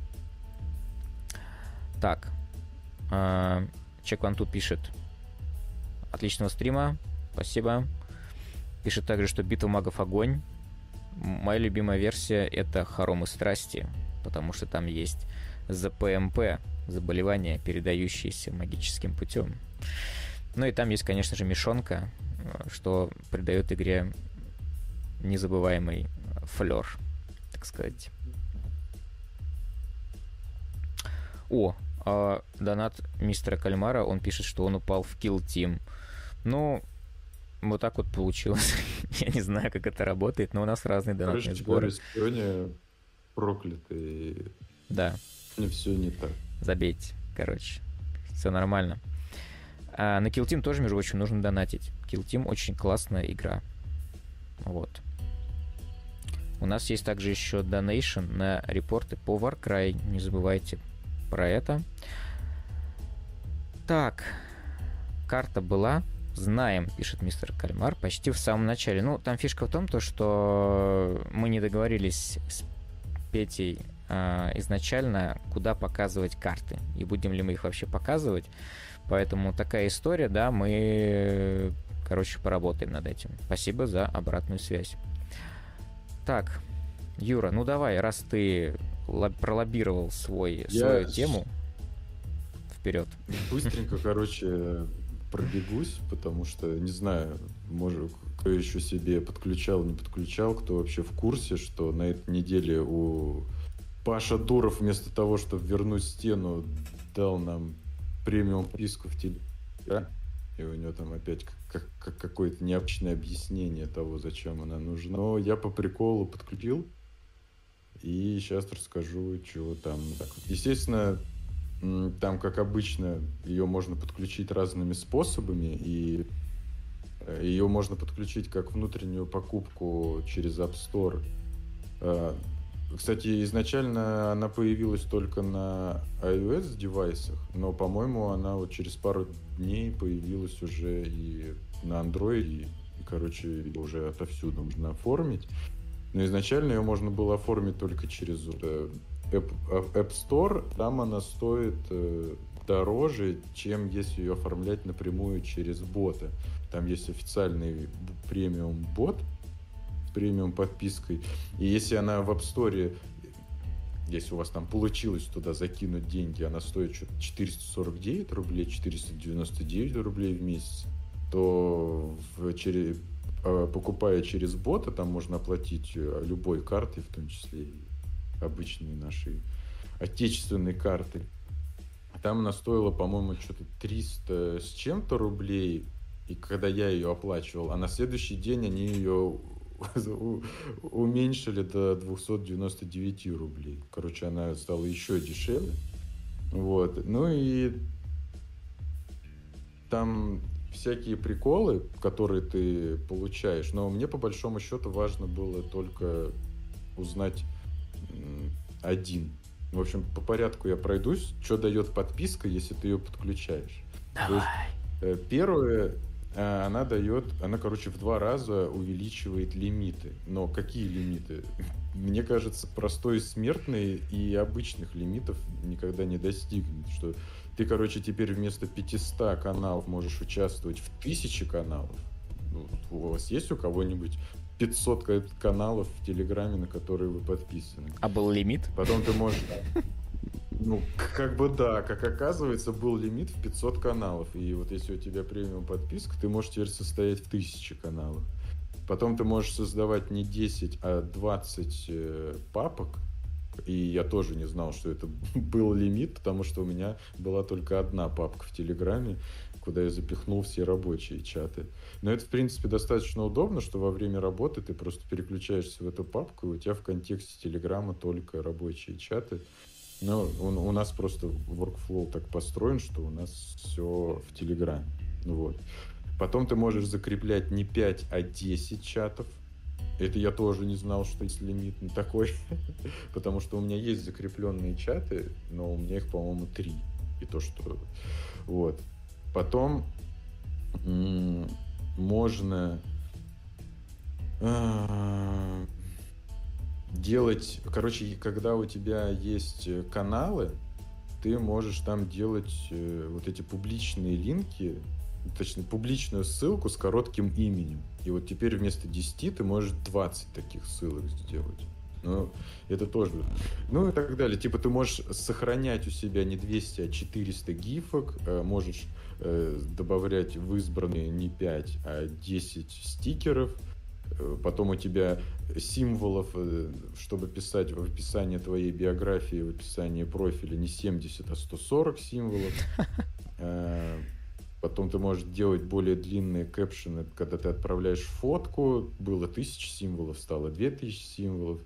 Так. Чек Ван тут пишет. Отличного стрима. Спасибо. Пишет также, что битва магов огонь. Моя любимая версия — это Хоромы страсти, потому что там есть зэ пэ эм пэ, заболевание, передающееся магическим путем. Ну и там есть, конечно же, мешонка, что придает игре незабываемый флёр, так сказать. О, а донат мистера Кальмара, он пишет, что он упал в Kill Team. Ну, вот так вот получилось. Я не знаю, как это работает, но у нас разные донатные сборы. Короче, проклятые. Да. Не все не так. Забейте, короче. Все нормально. А на Kill Team тоже, между прочим, нужно донатить. Kill Team очень классная игра. Вот. У нас есть также еще донейшн на репорты по Warcry. Не забывайте про это. Так. Карта была. Знаем, пишет мистер Кальмар, почти в самом начале. Ну, там фишка в том, то, что мы не договорились с Петей э, изначально, куда показывать карты. И будем ли мы их вообще показывать. Поэтому такая история, да, мы, короче, поработаем над этим. Спасибо за обратную связь. Так, Юра, ну давай, раз ты лоб- пролоббировал свой, Я... свою тему, вперед. Быстренько, короче, пробегусь, потому что, не знаю, может, кто еще себе подключал, не подключал, кто вообще в курсе, что на этой неделе у Паша Дуров вместо того, чтобы вернуть стену, дал нам премиум подписку в Телеграм, и у него там опять как, как какое-то необычное объяснение того, зачем она нужна. Но я по приколу подключил, и сейчас расскажу, что там. Естественно, там, как обычно, ее можно подключить разными способами, и ее можно подключить как внутреннюю покупку через App Store. Кстати, изначально она появилась только на iOS-девайсах, но, по-моему, она вот через пару дней появилась уже и на Android, и, короче, уже отовсюду можно оформить. Но изначально ее можно было оформить только через App, App Store. Там она стоит дороже, чем если ее оформлять напрямую через бота. Там есть официальный премиум-бот с премиум-подпиской. И если она в App Store, если у вас там получилось туда закинуть деньги, она стоит что-то четыреста сорок девять рублей, четыреста девяносто девять рублей в месяц, то в, через, покупая через бота, там можно оплатить любой картой, в том числе и обычные наши отечественные карты. Там она стоила, по-моему, что-то триста с чем-то рублей, и когда я ее оплачивал, а на следующий день они ее уменьшили до двести девяносто девять рублей. Короче, она стала еще дешевле. Вот. Ну и там всякие приколы, которые ты получаешь, но мне по большому счету важно было только узнать один. В общем, по порядку я пройдусь, что дает подписка, если ты ее подключаешь. Давай. То есть, первое, а, она дает, она, короче, в два раза увеличивает лимиты. Но какие лимиты? Мне кажется, простой смертный и обычных лимитов никогда не достигнет. Что ты, короче, теперь вместо пятисот каналов можешь участвовать в тысяче каналов. Ну, у вас есть у кого-нибудь пятьсот каналов в Телеграме, на которые вы подписаны? А был лимит? Потом ты можешь... Ну, как бы да, как оказывается, был лимит в пятьсот каналов. И вот если у тебя премиум подписка, ты можешь теперь состоять в тысяче каналов. Потом ты можешь создавать не десять, а двадцать э, папок. И я тоже не знал, что это был лимит, потому что у меня была только одна папка в Телеграме, куда я запихнул все рабочие чаты. Но это, в принципе, достаточно удобно, что во время работы ты просто переключаешься в эту папку, и у тебя в контексте Телеграма только рабочие чаты. Но у, у нас просто workflow так построен, что у нас все в Телеграме. Вот. Потом ты можешь закреплять не пять, а десять чатов. Это я тоже не знал, что есть лимит на такой. Потому что у меня есть закрепленные чаты, но у меня их, по-моему, три. И то, что... Вот. Потом м- можно... А- делать, короче, когда у тебя есть каналы, ты можешь там делать э, вот эти публичные линки, точнее, публичную ссылку с коротким именем. И вот теперь вместо десяти ты можешь двадцать таких ссылок сделать. Ну, это тоже... Ну и так далее. Типа ты можешь сохранять у себя не двести, а четыреста гифок, э, можешь э, добавлять в избранные не пять, а десять стикеров. Потом у тебя символов, чтобы писать в описании твоей биографии, в описании профиля не семьдесят, а сто сорок символов. Потом ты можешь делать более длинные кэпшены, когда ты отправляешь фотку, было тысяча символов, стало две тысячи символов.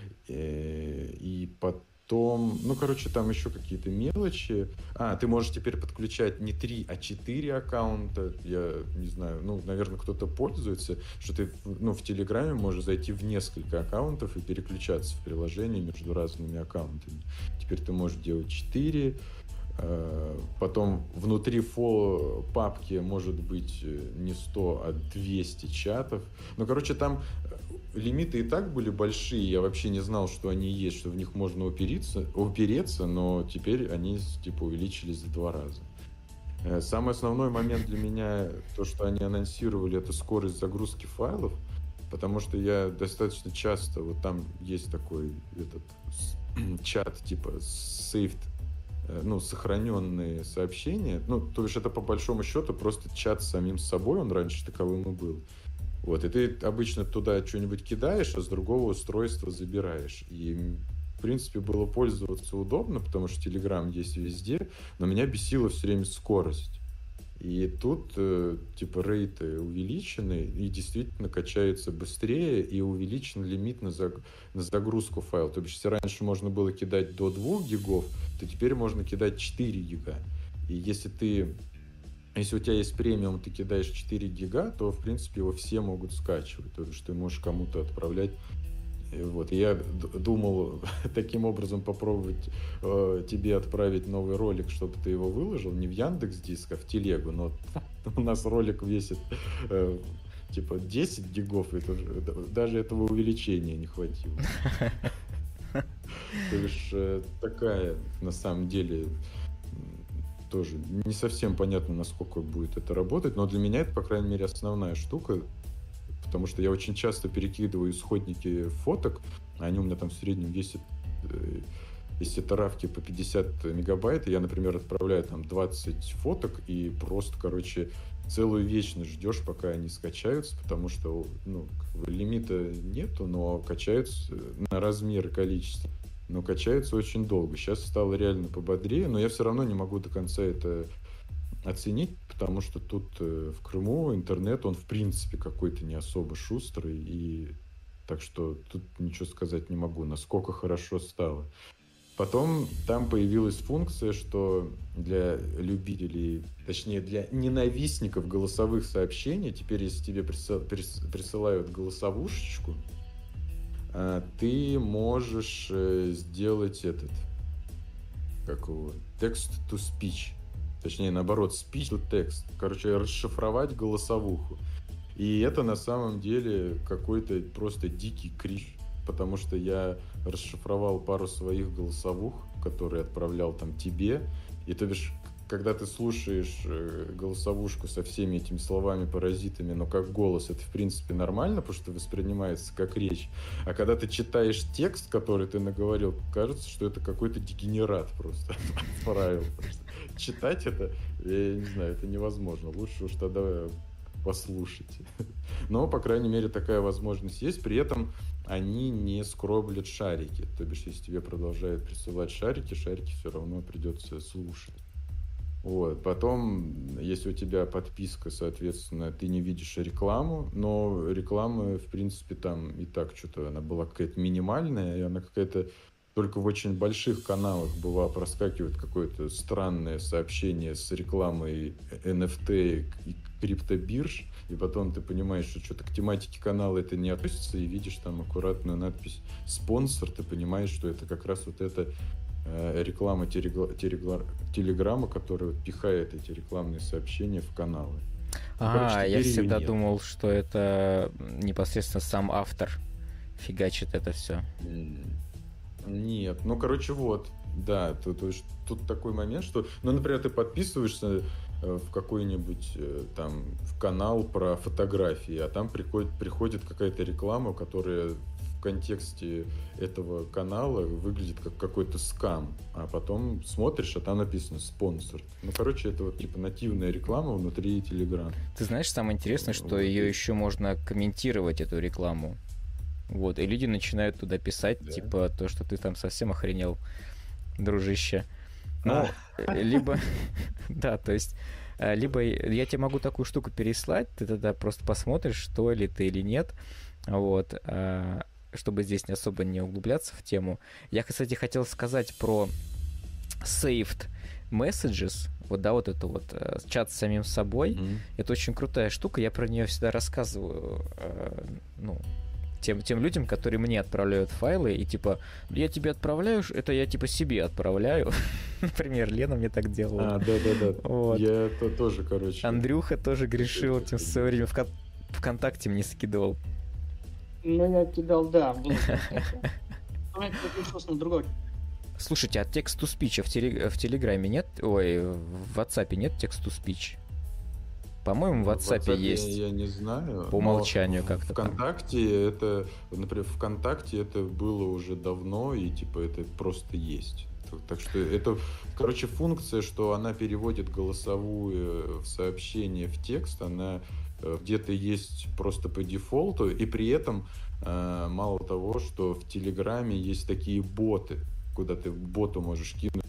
И потом, ну, короче, там еще какие-то мелочи. А, ты можешь теперь подключать не три, а четыре аккаунта. Я не знаю, ну, наверное, кто-то пользуется, что ты, ну, в Телеграме можешь зайти в несколько аккаунтов и переключаться в приложении между разными аккаунтами. Теперь ты можешь делать четыре. Потом внутри фо папки может быть не сто, а двести чатов. Ну, короче, там лимиты и так были большие. Я вообще не знал, что они есть, что в них можно упереться, упереться, но теперь они типа увеличились в два раза. Самый основной момент для меня, то, что они анонсировали, это скорость загрузки файлов, потому что я достаточно часто, вот там есть такой этот чат типа saved, ну, сохраненные сообщения. Ну, то есть это по большому счету просто чат с самим собой, он раньше таковым и был. Вот, и ты обычно туда что-нибудь кидаешь, а с другого устройства забираешь. И, в принципе, было пользоваться удобно, потому что Telegram есть везде, но меня бесила все время скорость. И тут, э, типа, рейты увеличены, и действительно качается быстрее, и увеличен лимит на, заг... на загрузку файла. То есть, если раньше можно было кидать до двух гигов, то теперь можно кидать четыре гига. И если ты... Если у тебя есть премиум, ты кидаешь четыре гига, то, в принципе, его все могут скачивать. То есть, ты можешь кому-то отправлять. Вот. И я думал таким образом попробовать э, тебе отправить новый ролик, чтобы ты его выложил не в Яндекс.Диск, а в Телегу. Но у нас ролик весит э, типа десять гигов, и даже этого увеличения не хватило. То есть э, такая, на самом деле, тоже не совсем понятно, насколько будет это работать, но для меня это, по крайней мере, основная штука. Потому что я очень часто перекидываю исходники фоток, они у меня там в среднем весят, если это равки по пятьдесят мегабайт, и я, например, отправляю там двадцать фоток, и просто, короче, целую вечность ждешь, пока они скачаются, потому что, ну, как бы лимита нету, но качаются на размер и количество, но качаются очень долго. Сейчас стало реально пободрее, но я все равно не могу до конца это оценить, потому что тут э, в Крыму интернет, он в принципе какой-то не особо шустрый, и так что тут ничего сказать не могу, насколько хорошо стало. Потом там появилась функция, что для любителей, точнее для ненавистников голосовых сообщений, теперь если тебе присылают голосовушечку, э, ты можешь э, сделать этот, как его, text to speech. Точнее, наоборот, speech to text. Короче, расшифровать голосовуху. И это на самом деле какой-то просто дикий крич, потому что я расшифровал пару своих голосовух, которые отправлял там тебе, и то бишь, когда ты слушаешь голосовушку со всеми этими словами-паразитами, но как голос, это в принципе нормально, потому что воспринимается как речь. А когда ты читаешь текст, который ты наговорил, кажется, что это какой-то дегенерат просто отправил. Читать это, я не знаю, это невозможно. Лучше уж тогда послушайте. Но, по крайней мере, такая возможность есть. При этом они не скроблят шарики. То бишь, если тебе продолжают присылать шарики, шарики все равно придется слушать. Вот. Потом, если у тебя подписка, соответственно, ты не видишь рекламу, но реклама, в принципе, там и так что-то, она была какая-то минимальная, и она какая-то только в очень больших каналах была, проскакивает какое-то странное сообщение с рекламой эн эф ти и криптобирж, и потом ты понимаешь, что что-то к тематике канала это не относится, и видишь там аккуратную надпись «Спонсор», ты понимаешь, что это как раз вот эта э, реклама телегра- телегра- телеграмма, которая вот пихает эти рекламные сообщения в каналы. А, Короче, я теперь её всегда нет. думал, что это непосредственно сам автор фигачит это все. М, Нет, ну, короче, вот, да, тут, тут, тут такой момент, что, ну, например, ты подписываешься э, в какой-нибудь э, там в канал про фотографии, а там приходит, приходит какая-то реклама, которая в контексте этого канала выглядит как какой-то скам, а потом смотришь, а там написано «спонсор». Ну, короче, это вот типа нативная реклама внутри Telegram. Ты знаешь, самое интересное, что Вот. ее еще можно комментировать, эту рекламу. Вот, и люди начинают туда писать, Да. типа, то, что ты там совсем охренел, дружище. Ну, А. либо, да, то есть, э, либо я тебе могу такую штуку переслать, ты тогда просто посмотришь, что ли ты или нет, вот, а, чтобы здесь не особо не углубляться в тему. Я, кстати, хотел сказать про saved messages, вот, да, вот это вот э, чат с самим собой. Мгм. Это очень крутая штука, я про нее всегда рассказываю, э, ну, тем, тем людям, которые мне отправляют файлы, и типа, я тебе отправляю, это я типа себе отправляю. Например, Лена мне так делала. А, да-да-да. Вот. Я это тоже, короче... Андрюха тоже грешил этим в свое время, Вка- ВКонтакте мне скидывал. Ну, я кидал, да, было. Но я переключился на другой. Слушайте, а текст-to-speech в, теле- в Телеграме нет? Ой, в WhatsApp нет текст-to-speech? По-моему, в WhatsApp есть. Я не знаю. По но умолчанию в как-то там. ВКонтакте это, например, ВКонтакте это было уже давно, и типа это просто есть. Так- Так что это, короче, функция, что она переводит голосовую в сообщение в текст, она э, где-то есть просто по дефолту, и при этом э, мало того, что в Телеграме есть такие боты, куда ты боту можешь кинуть.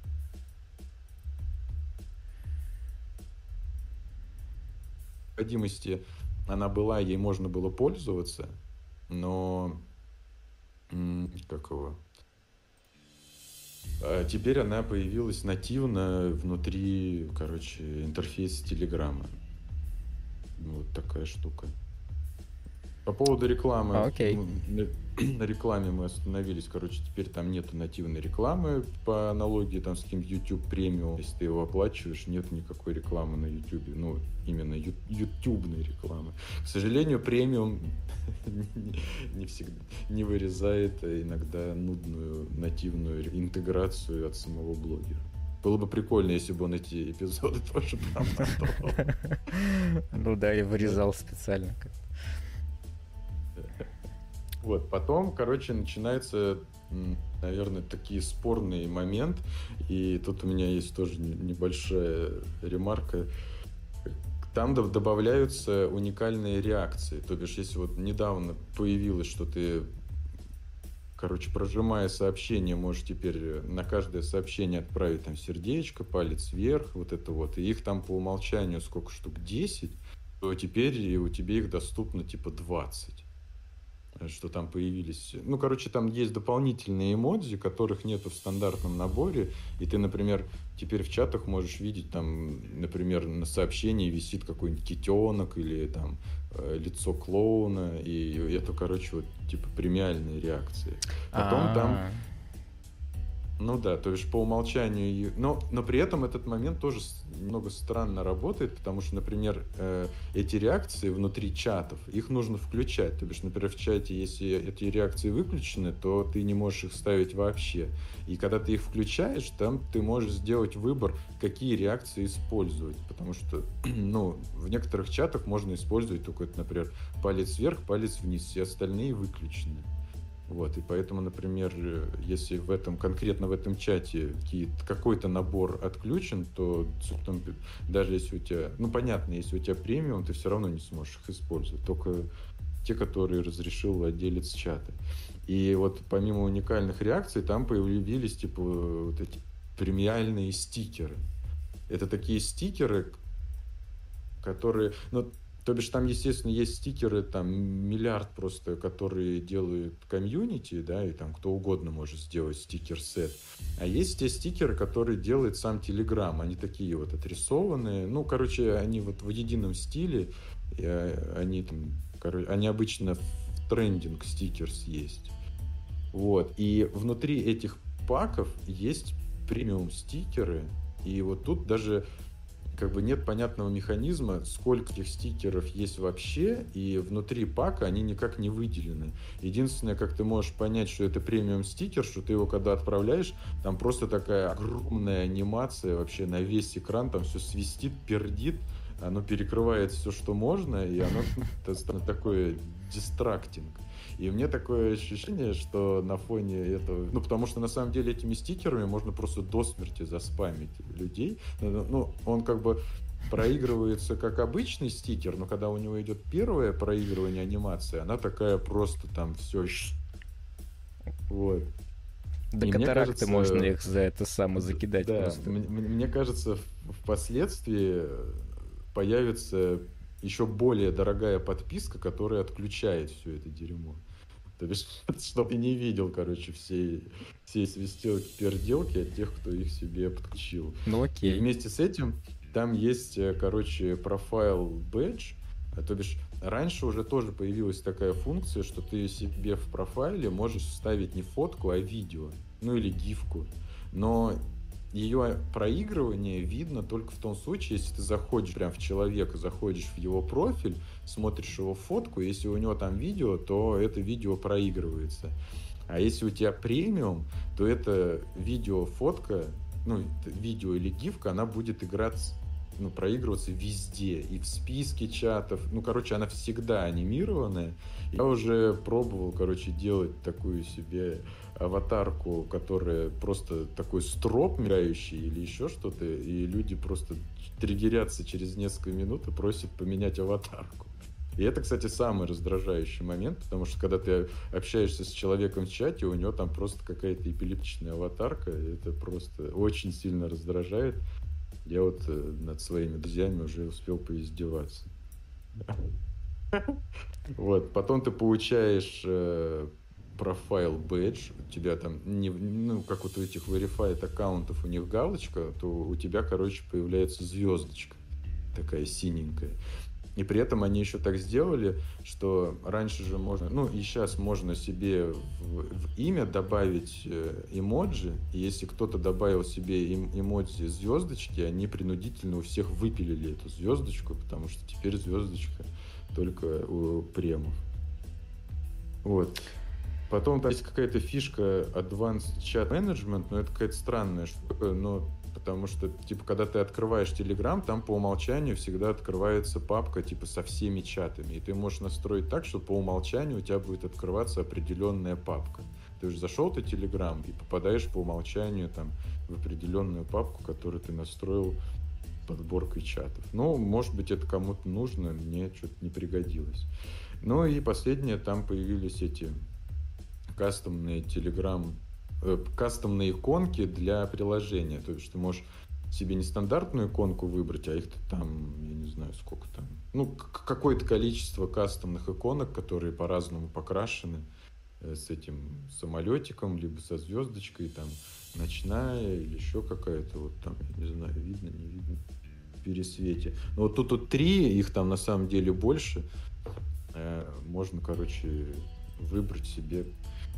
Необходимости она была, ей можно было пользоваться, но м, как его? А теперь она появилась нативно внутри, короче, интерфейса Телеграма. Вот такая штука. По поводу рекламы. А, окей. ну, На на рекламе мы остановились. Короче, теперь там нету нативной рекламы по аналогии там с каким-то YouTube премиум. Если ты его оплачиваешь, нет никакой рекламы на YouTube. Ну, именно ю- ютубной рекламы. К сожалению, премиум не всегда не вырезает иногда нудную нативную интеграцию от самого блогера. Было бы прикольно, если бы он эти эпизоды тоже проматывал. Ну да, я вырезал специально. Вот, потом, короче, начинается, м, наверное, такие спорный момент, и тут у меня есть тоже н- небольшая ремарка. Там доб- добавляются уникальные реакции. То бишь, если вот недавно появилось, что ты, короче, прожимая сообщение, можешь теперь на каждое сообщение отправить там сердечко, палец вверх, вот это вот, и их там по умолчанию сколько штук, десять, то теперь и у тебя их доступно типа двадцать. Что там появились. Ну, короче, там есть дополнительные эмодзи, которых нету в стандартном наборе. И ты, например, теперь в чатах можешь видеть, там, например, на сообщении висит какой-нибудь китенок или там э, лицо клоуна. И это, короче, вот типа премиальные реакции. Потом там А, Ну да, то есть по умолчанию... и- Но, но при этом этот момент тоже с- немного странно работает, потому что, например, э, эти реакции внутри чатов, их нужно включать. То бишь, например, в чате, если эти реакции выключены, то ты не можешь их ставить вообще. И когда ты их включаешь, там ты можешь сделать выбор, какие реакции использовать. Потому что, ну, в некоторых чатах можно использовать только, например, палец вверх, палец вниз, все остальные выключены. Вот, и поэтому, например, э, если в этом, конкретно в этом чате какие-то- какой-то набор отключен, то собственно, п- даже если у тебя, ну, понятно, если у тебя премиум, ты все равно не сможешь их использовать, только те, которые разрешил владелец чата. И вот помимо уникальных реакций, там появились, типа, вот эти премиальные стикеры. Это такие стикеры, которые, ну, то бишь там, естественно, есть стикеры, там миллиард просто, которые делают комьюнити, да, и там кто угодно может сделать стикер-сет. А есть те стикеры, которые делает сам Telegram. Они такие вот отрисованные. Ну, короче, они вот в едином стиле. И, э, они там, короче, они обычно в трендинг стикерс есть. Вот. И внутри этих паков есть премиум стикеры. И вот тут даже как бы нет понятного механизма, сколько этих стикеров есть вообще, и внутри пака они никак не выделены. Единственное, как ты можешь понять, что это премиум стикер, что ты его когда отправляешь, там просто такая огромная анимация вообще на весь экран, там все свистит, пердит, оно перекрывает все, что можно, и оно такое дистрактинг. И мне такое ощущение, что на фоне этого... Ну, потому что, на самом деле, этими стикерами можно просто до смерти заспамить людей. Ну, он как бы проигрывается как обычный стикер, но когда у него идет первое проигрывание анимации, она такая просто там все... Вот. До И мне катаракты кажется, можно их за это само закидать да, просто. м- м- мне кажется, в- впоследствии появится еще более дорогая подписка, которая отключает все это дерьмо. То есть, чтобы ты не видел, короче, все, все свистелки-перделки от тех, кто их себе подключил. Ну И окей. вместе с этим там есть, э, короче, профайл бэдж. А То бишь, раньше уже тоже появилась такая функция, что ты себе в профайле можешь вставить не фотку, а видео. Ну или гифку. Но ее проигрывание видно только в том случае, если ты заходишь прям в человека, заходишь в его профиль, смотришь его фотку, если у него там видео, то это видео проигрывается. А если у тебя премиум, то это видео, фотка, ну, это видео или гифка, она будет играть, ну, проигрываться везде, и в списке чатов. Ну, короче, она всегда анимированная. Я уже пробовал, короче, делать такую себе аватарку, которая просто такой строп мигающий или еще что-то, и люди просто триггерятся через несколько минут и просят поменять аватарку. И это, кстати, самый раздражающий момент, потому что когда ты общаешься с человеком в чате, у него там просто какая-то эпилептичная аватарка, и это просто очень сильно раздражает. Я вот э, над своими друзьями уже успел поиздеваться. Вот, потом ты получаешь э, профайл бэдж, у тебя там, не, ну, как вот у этих verified аккаунтов у них галочка, то у тебя, короче, появляется звездочка такая синенькая. И при этом они еще так сделали, что раньше же можно, ну и сейчас можно себе в, в имя добавить э, эмоджи, и если кто-то добавил себе эм, эмоджи звездочки, они принудительно у всех выпилили эту звездочку, потому что теперь звездочка только у премов. Вот. Потом там есть какая-то фишка Advanced Chat Management, но это какая-то странная штука, но потому что, типа, когда ты открываешь Telegram, там по умолчанию всегда открывается папка, типа, со всеми чатами, и ты можешь настроить так, что по умолчанию у тебя будет открываться определенная папка. Ты уже зашел ты Telegram и попадаешь по умолчанию там в определенную папку, которую ты настроил подборкой чатов. Ну, может быть, это кому-то нужно, мне что-то не пригодилось. Ну и последнее, там появились эти кастомные Telegram, э, кастомные иконки для приложения. То есть ты можешь себе не стандартную иконку выбрать, а их там, я не знаю, сколько там. Ну, к- какое-то количество кастомных иконок, которые по-разному покрашены, э, с этим самолетиком, либо со звездочкой, там, ночная или еще какая-то, вот там, я не знаю, видно, не видно, в пересвете. Но вот тут вот три, их там на самом деле больше. Э, можно, короче, выбрать себе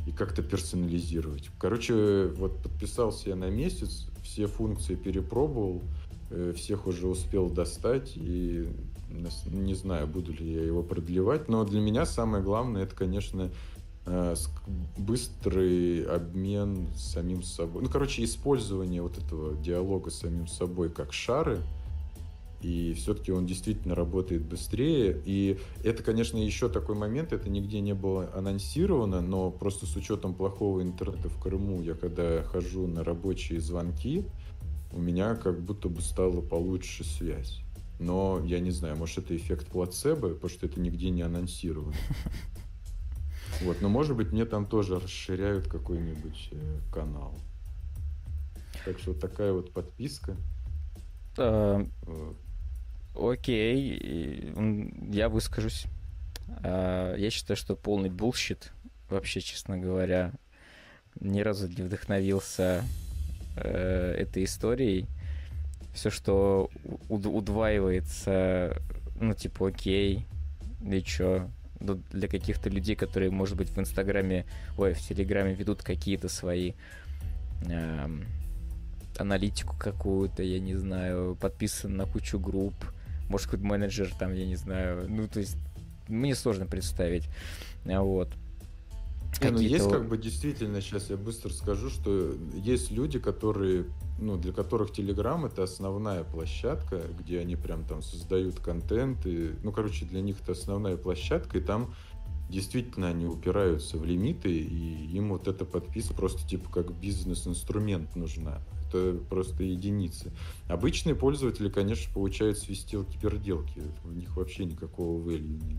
и как-то персонализировать. Короче, вот подписался я на месяц, все функции перепробовал, э, всех уже успел достать, и нас- не знаю, буду ли я его продлевать, но для меня самое главное, это, конечно, э, ск- быстрый обмен с самим собой. Ну, короче, использование вот этого диалога с самим собой как шары, и все-таки он действительно работает быстрее. И это, конечно, еще такой момент, это нигде не было анонсировано, но просто с учетом плохого интернета в Крыму, я когда хожу на рабочие звонки, у меня как будто бы стала получше связь. Но я не знаю, может, это эффект плацебо, потому что это нигде не анонсировано. Вот, но может быть мне там тоже расширяют какой-нибудь э, канал. Так что вот такая вот подписка. А, Э, Окей, и, м, я выскажусь. А, Я считаю, что полный булщит, вообще, честно говоря. Ни разу не вдохновился э, этой историей. Все, что у- уд- удваивается, ну, типа, окей, и чё? Ну, для каких-то людей, которые, может быть, в Инстаграме, ой, в Телеграме ведут какие-то свои эм, аналитику какую-то, я не знаю, подписан на кучу групп, может, какой-то менеджер там, я не знаю, ну, то есть, мне сложно представить, а вот. Не, ну Какие-то есть вот- как бы действительно, сейчас я быстро скажу, что есть люди, которые, ну, для которых Telegram это основная площадка, где они прям там создают контент, и, ну, короче, для них это основная площадка, и там действительно они упираются в лимиты, и им вот эта подписка просто типа как бизнес-инструмент нужна. Это просто единицы. Обычные пользователи, конечно, получают свистелки-перделки, у них вообще никакого value нет.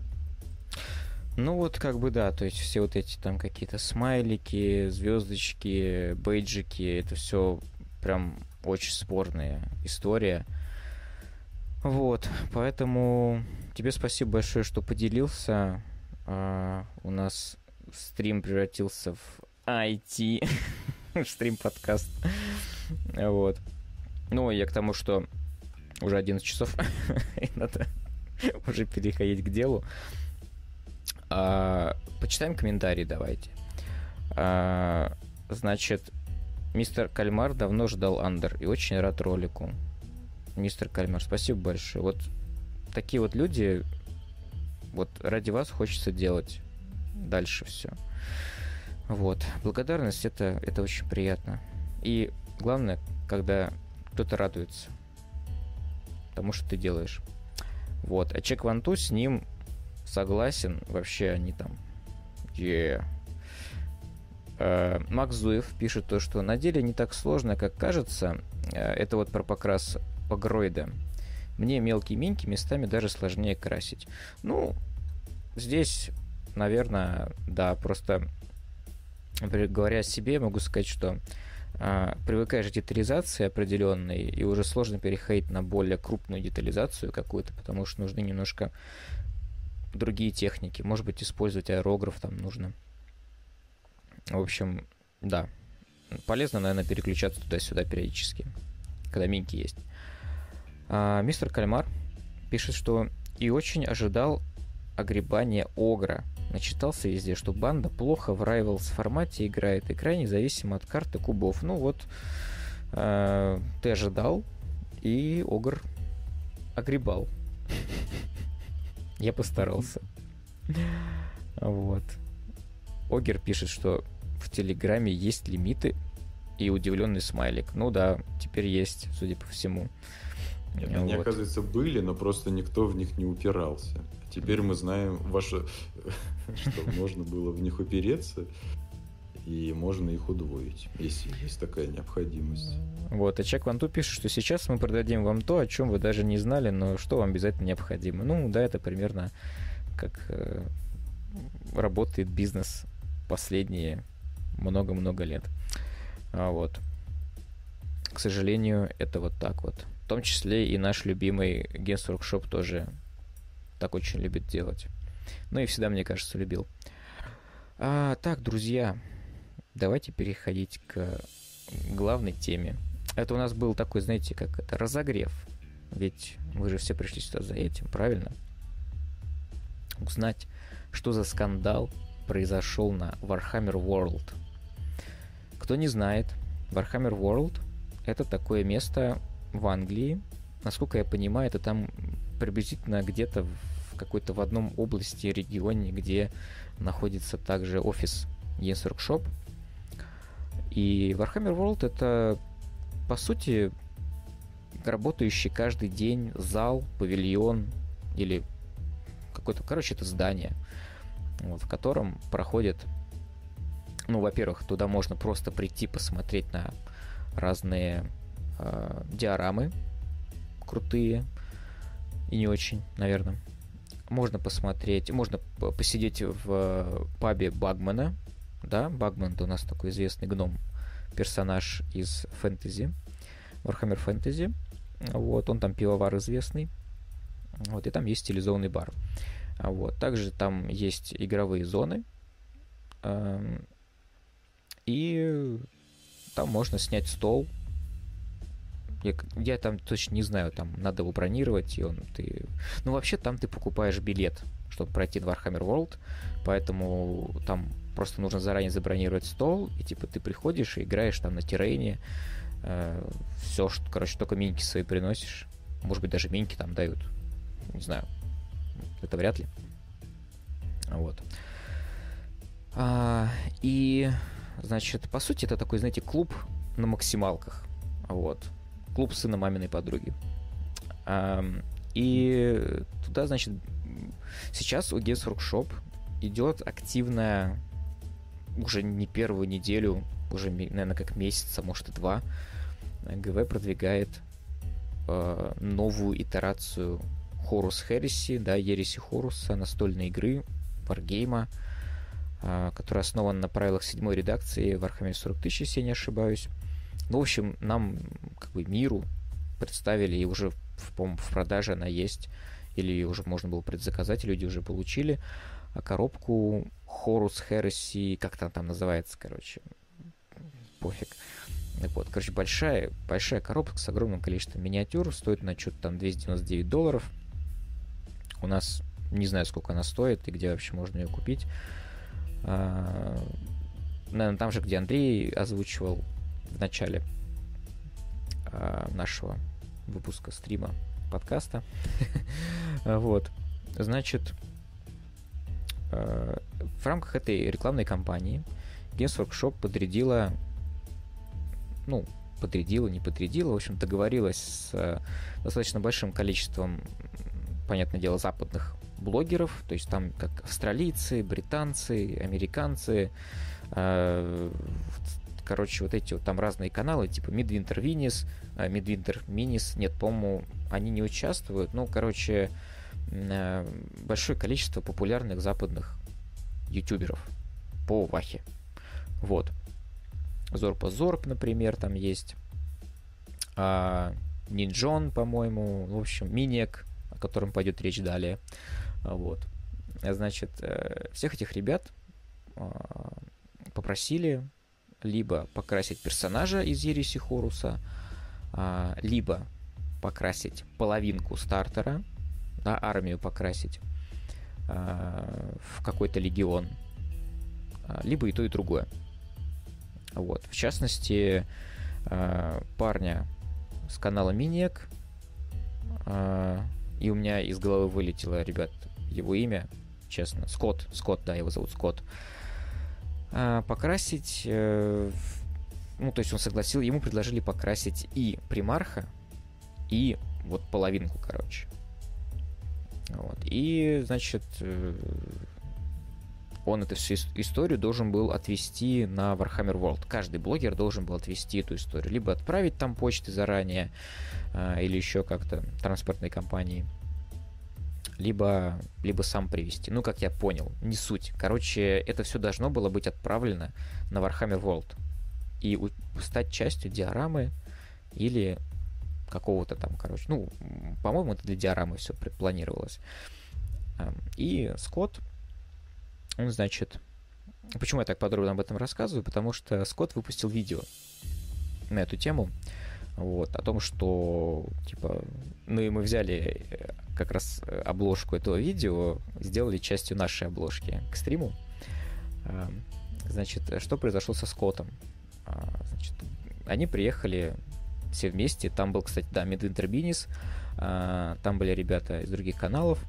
Ну вот как бы да, то есть все вот эти там какие-то смайлики, звездочки, бейджики, это все прям очень спорная история. Вот, поэтому тебе спасибо большое, что поделился. А, у нас стрим превратился в ай ти, в стрим-подкаст. Вот. Ну, я к тому, что уже одиннадцать часов, и надо уже переходить к делу. А, почитаем комментарии, давайте. А, значит, мистер Кальмар давно ждал Андер и очень рад ролику. Мистер Кальмар, спасибо большое. Вот такие вот люди, вот ради вас хочется делать дальше все. Вот. Благодарность это, это очень приятно. И главное, когда кто-то радуется тому, что ты делаешь. Вот. А Чек Ванту с ним согласен. Вообще они там... Yeah. Э, Макс Зуев пишет то, что на деле не так сложно, как кажется. Э, Это вот про покрас погроида. Мне мелкие миньки местами даже сложнее красить. Ну, здесь, наверное, да, просто говоря о себе, могу сказать, что э, привыкаешь к детализации определенной, и уже сложно переходить на более крупную детализацию какую-то, потому что нужны немножко другие техники. Может быть, использовать аэрограф там нужно. В общем, да. Полезно, наверное, переключаться туда-сюда периодически, когда миньки есть. А, мистер Кальмар пишет, что и очень ожидал огребания Огра. Начитался везде, что банда плохо в Rivals формате играет и крайне зависима от карты кубов. Ну вот, э, ты ожидал, и Огр огребал. Я постарался. Вот. Огер пишет, что в Телеграме есть лимиты и удивленный смайлик. Ну да, теперь есть, судя по всему. Они, Вот. оказывается, были, но просто никто в них не упирался. Теперь мы знаем, ваше, что можно было в них упереться, и можно их удвоить, если есть такая необходимость. Вот, а Чак Ванту пишет, что сейчас мы продадим вам то, о чем вы даже не знали, но что вам обязательно необходимо. Ну, да, это примерно как э, работает бизнес последние много-много лет. А вот. К сожалению, это вот так вот. В том числе и наш любимый Games Workshop тоже так очень любит делать. Ну и всегда, мне кажется, любил. А, так, друзья, давайте переходить к главной теме. Это у нас был такой, знаете, как это, разогрев. Ведь вы же все пришли сюда за этим, правильно? Узнать, что за скандал произошел на Warhammer World. Кто не знает, Warhammer World — это такое место в Англии. Насколько я понимаю, это там приблизительно где-то в какой-то в одном области, регионе, где находится также офис Games Workshop. И Warhammer World — это, по сути, работающий каждый день зал, павильон или какое-то, короче, это здание, вот, в котором проходит, ну, во-первых, туда можно просто прийти посмотреть на разные э, диорамы крутые и не очень, наверное. Можно посмотреть, можно посидеть в пабе Багмана, да, Багман — это у нас такой известный гном, персонаж из фэнтези, Warhammer Fantasy. Вот, он там пивовар известный. Вот, и там есть стилизованный бар. Вот. Также там есть игровые зоны. Эм, и там можно снять стол. Я, я там точно не знаю, там надо его бронировать, и он ты. Ну, вообще, там ты покупаешь билет, чтобы пройти на Warhammer World. Поэтому там просто нужно заранее забронировать стол, и типа ты приходишь и играешь там на террейне. Все, что, короче, только миньки свои приносишь. Может быть, даже миньки там дают. Не знаю. Это вряд ли. Вот. А, и, значит, по сути, это такой, знаете, клуб на максималках. Вот. Клуб сына маминой подруги. А, и туда, значит, сейчас у Games Workshop идет активная, уже не первую неделю, уже, наверное, как месяца, может и два, ГВ продвигает э, новую итерацию Horus Heresy, да, Ереси Хоруса, настольной игры, варгейма, э, которая основана на правилах седьмой редакции Warhammer сорок тысяч, если я не ошибаюсь. Ну, в общем, нам, как бы, миру представили, и уже, в, по-моему, в продаже она есть, или ее уже можно было предзаказать, люди уже получили коробку Horus Heresy, как она там называется, короче, пофиг. Вот, короче, большая, большая коробка с огромным количеством миниатюр. Стоит на что-то там двести девяносто девять долларов. У нас не знаю, сколько она стоит и где вообще можно ее купить. А, наверное, там же, где Андрей озвучивал в начале а, нашего выпуска стрима, подкаста. Вот. Значит, а, в рамках этой рекламной кампании Games Workshop подрядила ну, подрядила, не подрядила, в общем, договорилась с э, достаточно большим количеством, понятное дело, западных блогеров, то есть там как австралийцы, британцы, американцы, э, короче, вот эти вот там разные каналы, типа Midwinter Minis, э, Midwinter Minis, нет, по-моему, они не участвуют, ну, короче, э, большое количество популярных западных ютуберов по Вахе, вот. Зорпа Зорп, например, там есть. А, Нинджон, по-моему. В общем, Минек, о котором пойдет речь далее. Вот. Значит, всех этих ребят попросили либо покрасить персонажа из Ереси Хоруса, либо покрасить половинку стартера, да, армию покрасить в какой-то легион, либо и то, и другое. Вот. В частности, парня с канала Минек, и у меня из головы вылетело, ребят, его имя, честно, Скотт, Скотт, да, его зовут Скотт, покрасить, ну, то есть он согласил, ему предложили покрасить и примарха, и вот половинку, короче. Вот. И, значит, он эту всю историю должен был отвезти на Warhammer World. Каждый блогер должен был отвезти эту историю. Либо отправить там почты заранее, э, или еще как-то транспортной компании, либо, либо сам привезти. Ну, как я понял, не суть. Короче, это все должно было быть отправлено на Warhammer World. И у- стать частью диорамы или какого-то там, короче, ну, по-моему, это для диорамы все планировалось. Эм, И Скотт, он, значит, почему я так подробно об этом рассказываю? Потому что Скотт выпустил видео на эту тему, вот, о том, что, типа, ну и мы взяли э, как раз обложку этого видео, сделали частью нашей обложки к стриму, А, значит, что произошло со Скоттом? А, значит, они приехали все вместе. Там был, кстати, да, Midwinter Business. А, там были ребята из других каналов.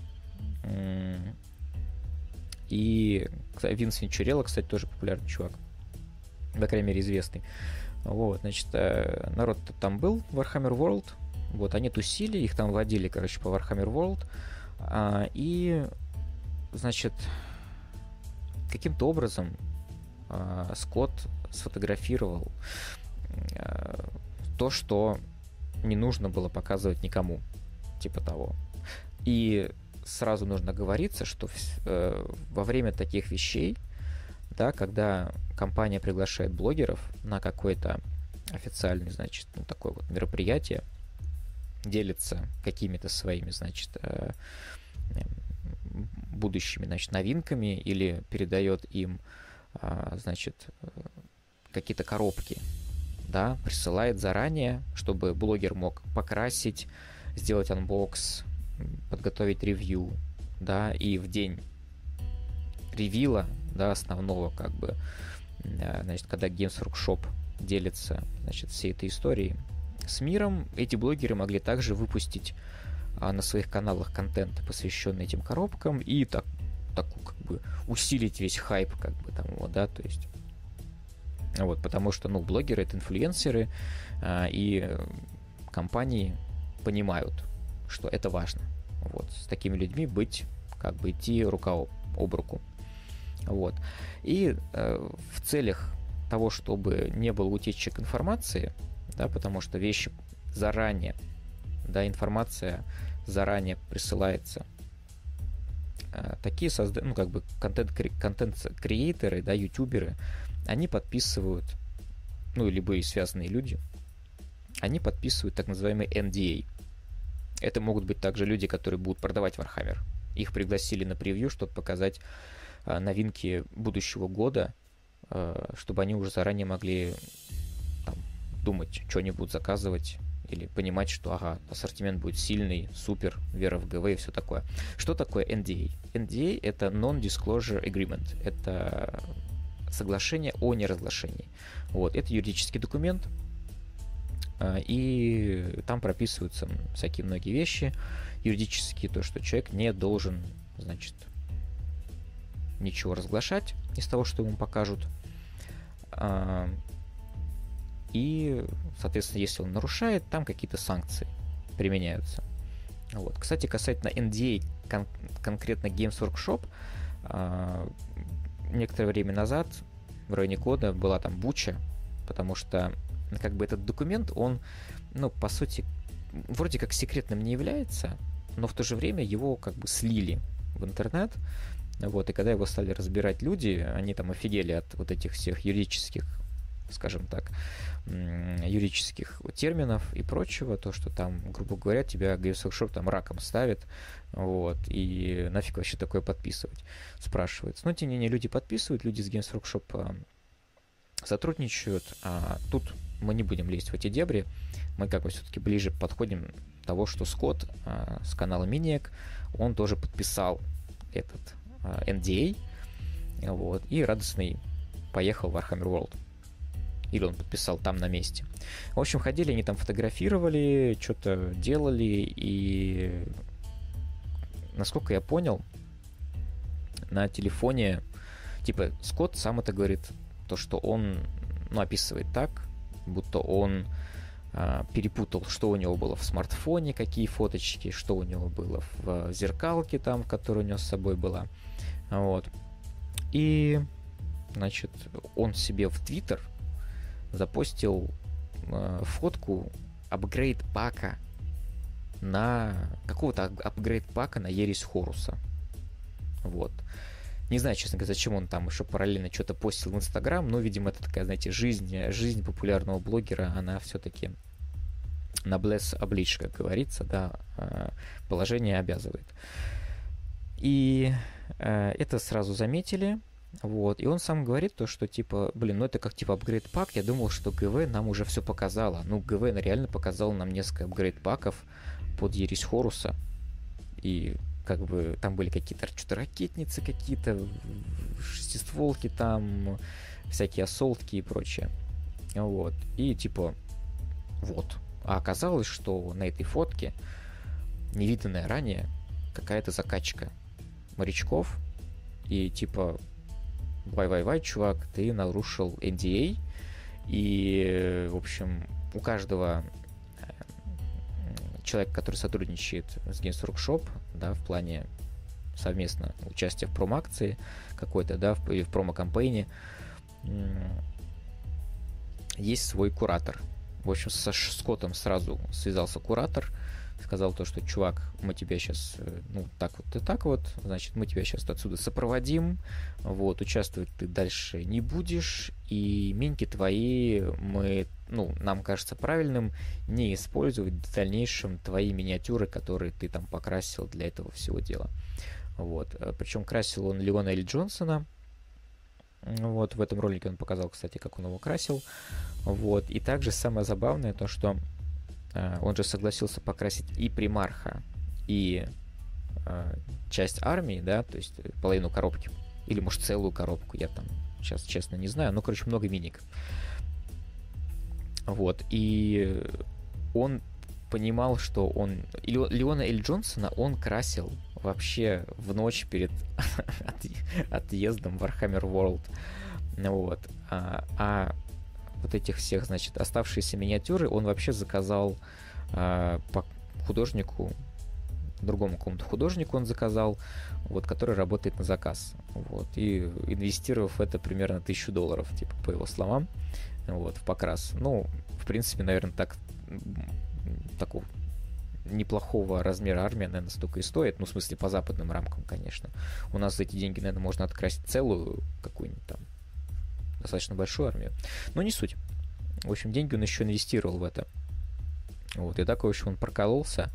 И Винс Венчурелло, кстати, тоже популярный чувак. По крайней мере, известный. Вот, значит, народ там был, Warhammer World. Вот, они тусили, их там водили, короче, по Warhammer World. А, и, значит, каким-то образом а, Скотт сфотографировал а, то, что не нужно было показывать никому. Типа того. И сразу нужно говориться, что в, э, во время таких вещей, да, когда компания приглашает блогеров на какое-то официальное, значит, ну, такое вот мероприятие, делится какими-то своими, значит, э, будущими, значит, новинками или передает им, э, значит, какие-то коробки, да, присылает заранее, чтобы блогер мог покрасить, сделать анбокс, подготовить ревью, да, и в день ревила, да, основного, как бы, значит, когда Games Workshop делится, значит, всей этой историей с миром, эти блогеры могли также выпустить а, на своих каналах контент, посвященный этим коробкам, и так, такую, как бы, усилить весь хайп, как бы, там, вот, да, то есть, вот, потому что, ну, блогеры — это инфлюенсеры, а, и компании понимают, что это важно. Вот. С такими людьми быть, как бы идти рука об, об руку. Вот. И э, в целях того, чтобы не было утечек информации, да, потому что вещи заранее, да, информация заранее присылается, э, такие созда... ну, как бы контент-креаторы, да, ютуберы, они подписывают, ну, и любые связанные люди, они подписывают так называемый эн ди эй. Это могут быть также люди, которые будут продавать Warhammer. Их пригласили на превью, чтобы показать а, новинки будущего года, а, чтобы они уже заранее могли там, думать, что они будут заказывать, или понимать, что, ага, ассортимент будет сильный, супер, вера в ГВ и все такое. Что такое эн ди эй? эн ди эй — это Non-Disclosure Agreement. Это соглашение о неразглашении. Вот. Это юридический документ, и там прописываются всякие многие вещи юридические, то, что человек не должен, значит, ничего разглашать из того, что ему покажут. И, соответственно, если он нарушает, там какие-то санкции применяются. Вот. Кстати, касательно эн ди эй, кон- конкретно Games Workshop, некоторое время назад в районе года была там буча, потому что как бы этот документ, он, ну, по сути, вроде как секретным не является, но в то же время его как бы слили в интернет, вот, и когда его стали разбирать люди, они там офигели от вот этих всех юридических, скажем так, юридических терминов и прочего, то, что там, грубо говоря, тебя Games Workshop там раком ставит, вот, и нафиг вообще такое подписывать, спрашивается. Но, тем не менее, люди подписывают, люди с Games Workshop сотрудничают, а тут мы не будем лезть в эти дебри, мы как бы все-таки ближе подходим к того, что Скотт а, с канала Miniac, он тоже подписал этот а, эн ди эй, вот, и радостный поехал в Warhammer World. Или он подписал там на месте. В общем, ходили, они там фотографировали, что-то делали, и, насколько я понял, на телефоне, типа, Скотт сам это говорит, то, что он, ну, описывает так, будто он а, перепутал, что у него было в смартфоне, какие фоточки, что у него было в зеркалке там, которая у него с собой была. Вот. И, значит, он себе в Твиттер запостил э, фотку апгрейд-пака на... какого-то апгрейд-пака на Ересь Хоруса. Вот. Не знаю, честно говоря, зачем он там еще параллельно что-то постил в Инстаграм, но, видимо, это такая, знаете, жизнь, жизнь популярного блогера, она все-таки на bless oblige, как говорится, да, положение обязывает. И э, это сразу заметили, вот, и он сам говорит то, что, типа, блин, ну это как, типа, апгрейд-пак, я думал, что ГВ нам уже все показало. Ну, ГВ реально показал нам несколько апгрейд-паков под Ересь Хоруса, и как бы там были какие-то что-то ракетницы какие-то, шестистволки там, всякие осолтки и прочее. Вот. И типа, вот. А оказалось, что на этой фотке невиданная ранее какая-то закачка морячков. И типа, вай-вай-вай, чувак, ты нарушил эн ди эй. И, в общем, у каждого человека, который сотрудничает с Games Workshop, да, в плане совместно участия в промо-акции какой-то, да, в, или в промо-кампейне, есть свой куратор. В общем, со Скоттом сразу связался куратор, сказал то, что, чувак, мы тебя сейчас, ну, так вот и так вот, значит, мы тебя сейчас отсюда сопроводим, вот, участвовать ты дальше не будешь, и миньки твои мы, ну, нам кажется правильным не использовать в дальнейшем твои миниатюры, которые ты там покрасил для этого всего дела. Вот, причем красил он Леона Эль Джонсона. Вот, в этом ролике он показал, кстати, как он его красил. Вот, и также самое забавное то, что э, он же согласился покрасить и примарха, и э, часть армии, да, то есть половину коробки, или, может, целую коробку, я там сейчас, честно, не знаю, ну, короче, много миник. Вот, и он понимал, что он... Леона Эль Джонсона он красил вообще в ночь перед отъездом в Warhammer World. Вот. А, а вот этих всех, значит, оставшиеся миниатюры он вообще заказал а, по художнику, другому какому-то художнику он заказал, вот, который работает на заказ. Вот. И инвестировав в это примерно тысячу долларов, типа, по его словам, вот, в покрас. Ну, в принципе, наверное, так такого неплохого размера армия, наверное, столько и стоит. Ну, в смысле, по западным рамкам, конечно. У нас за эти деньги, наверное, можно открасить целую какую-нибудь там достаточно большую армию. Но не суть. В общем, деньги он еще инвестировал в это. Вот. И так, в общем, он прокололся.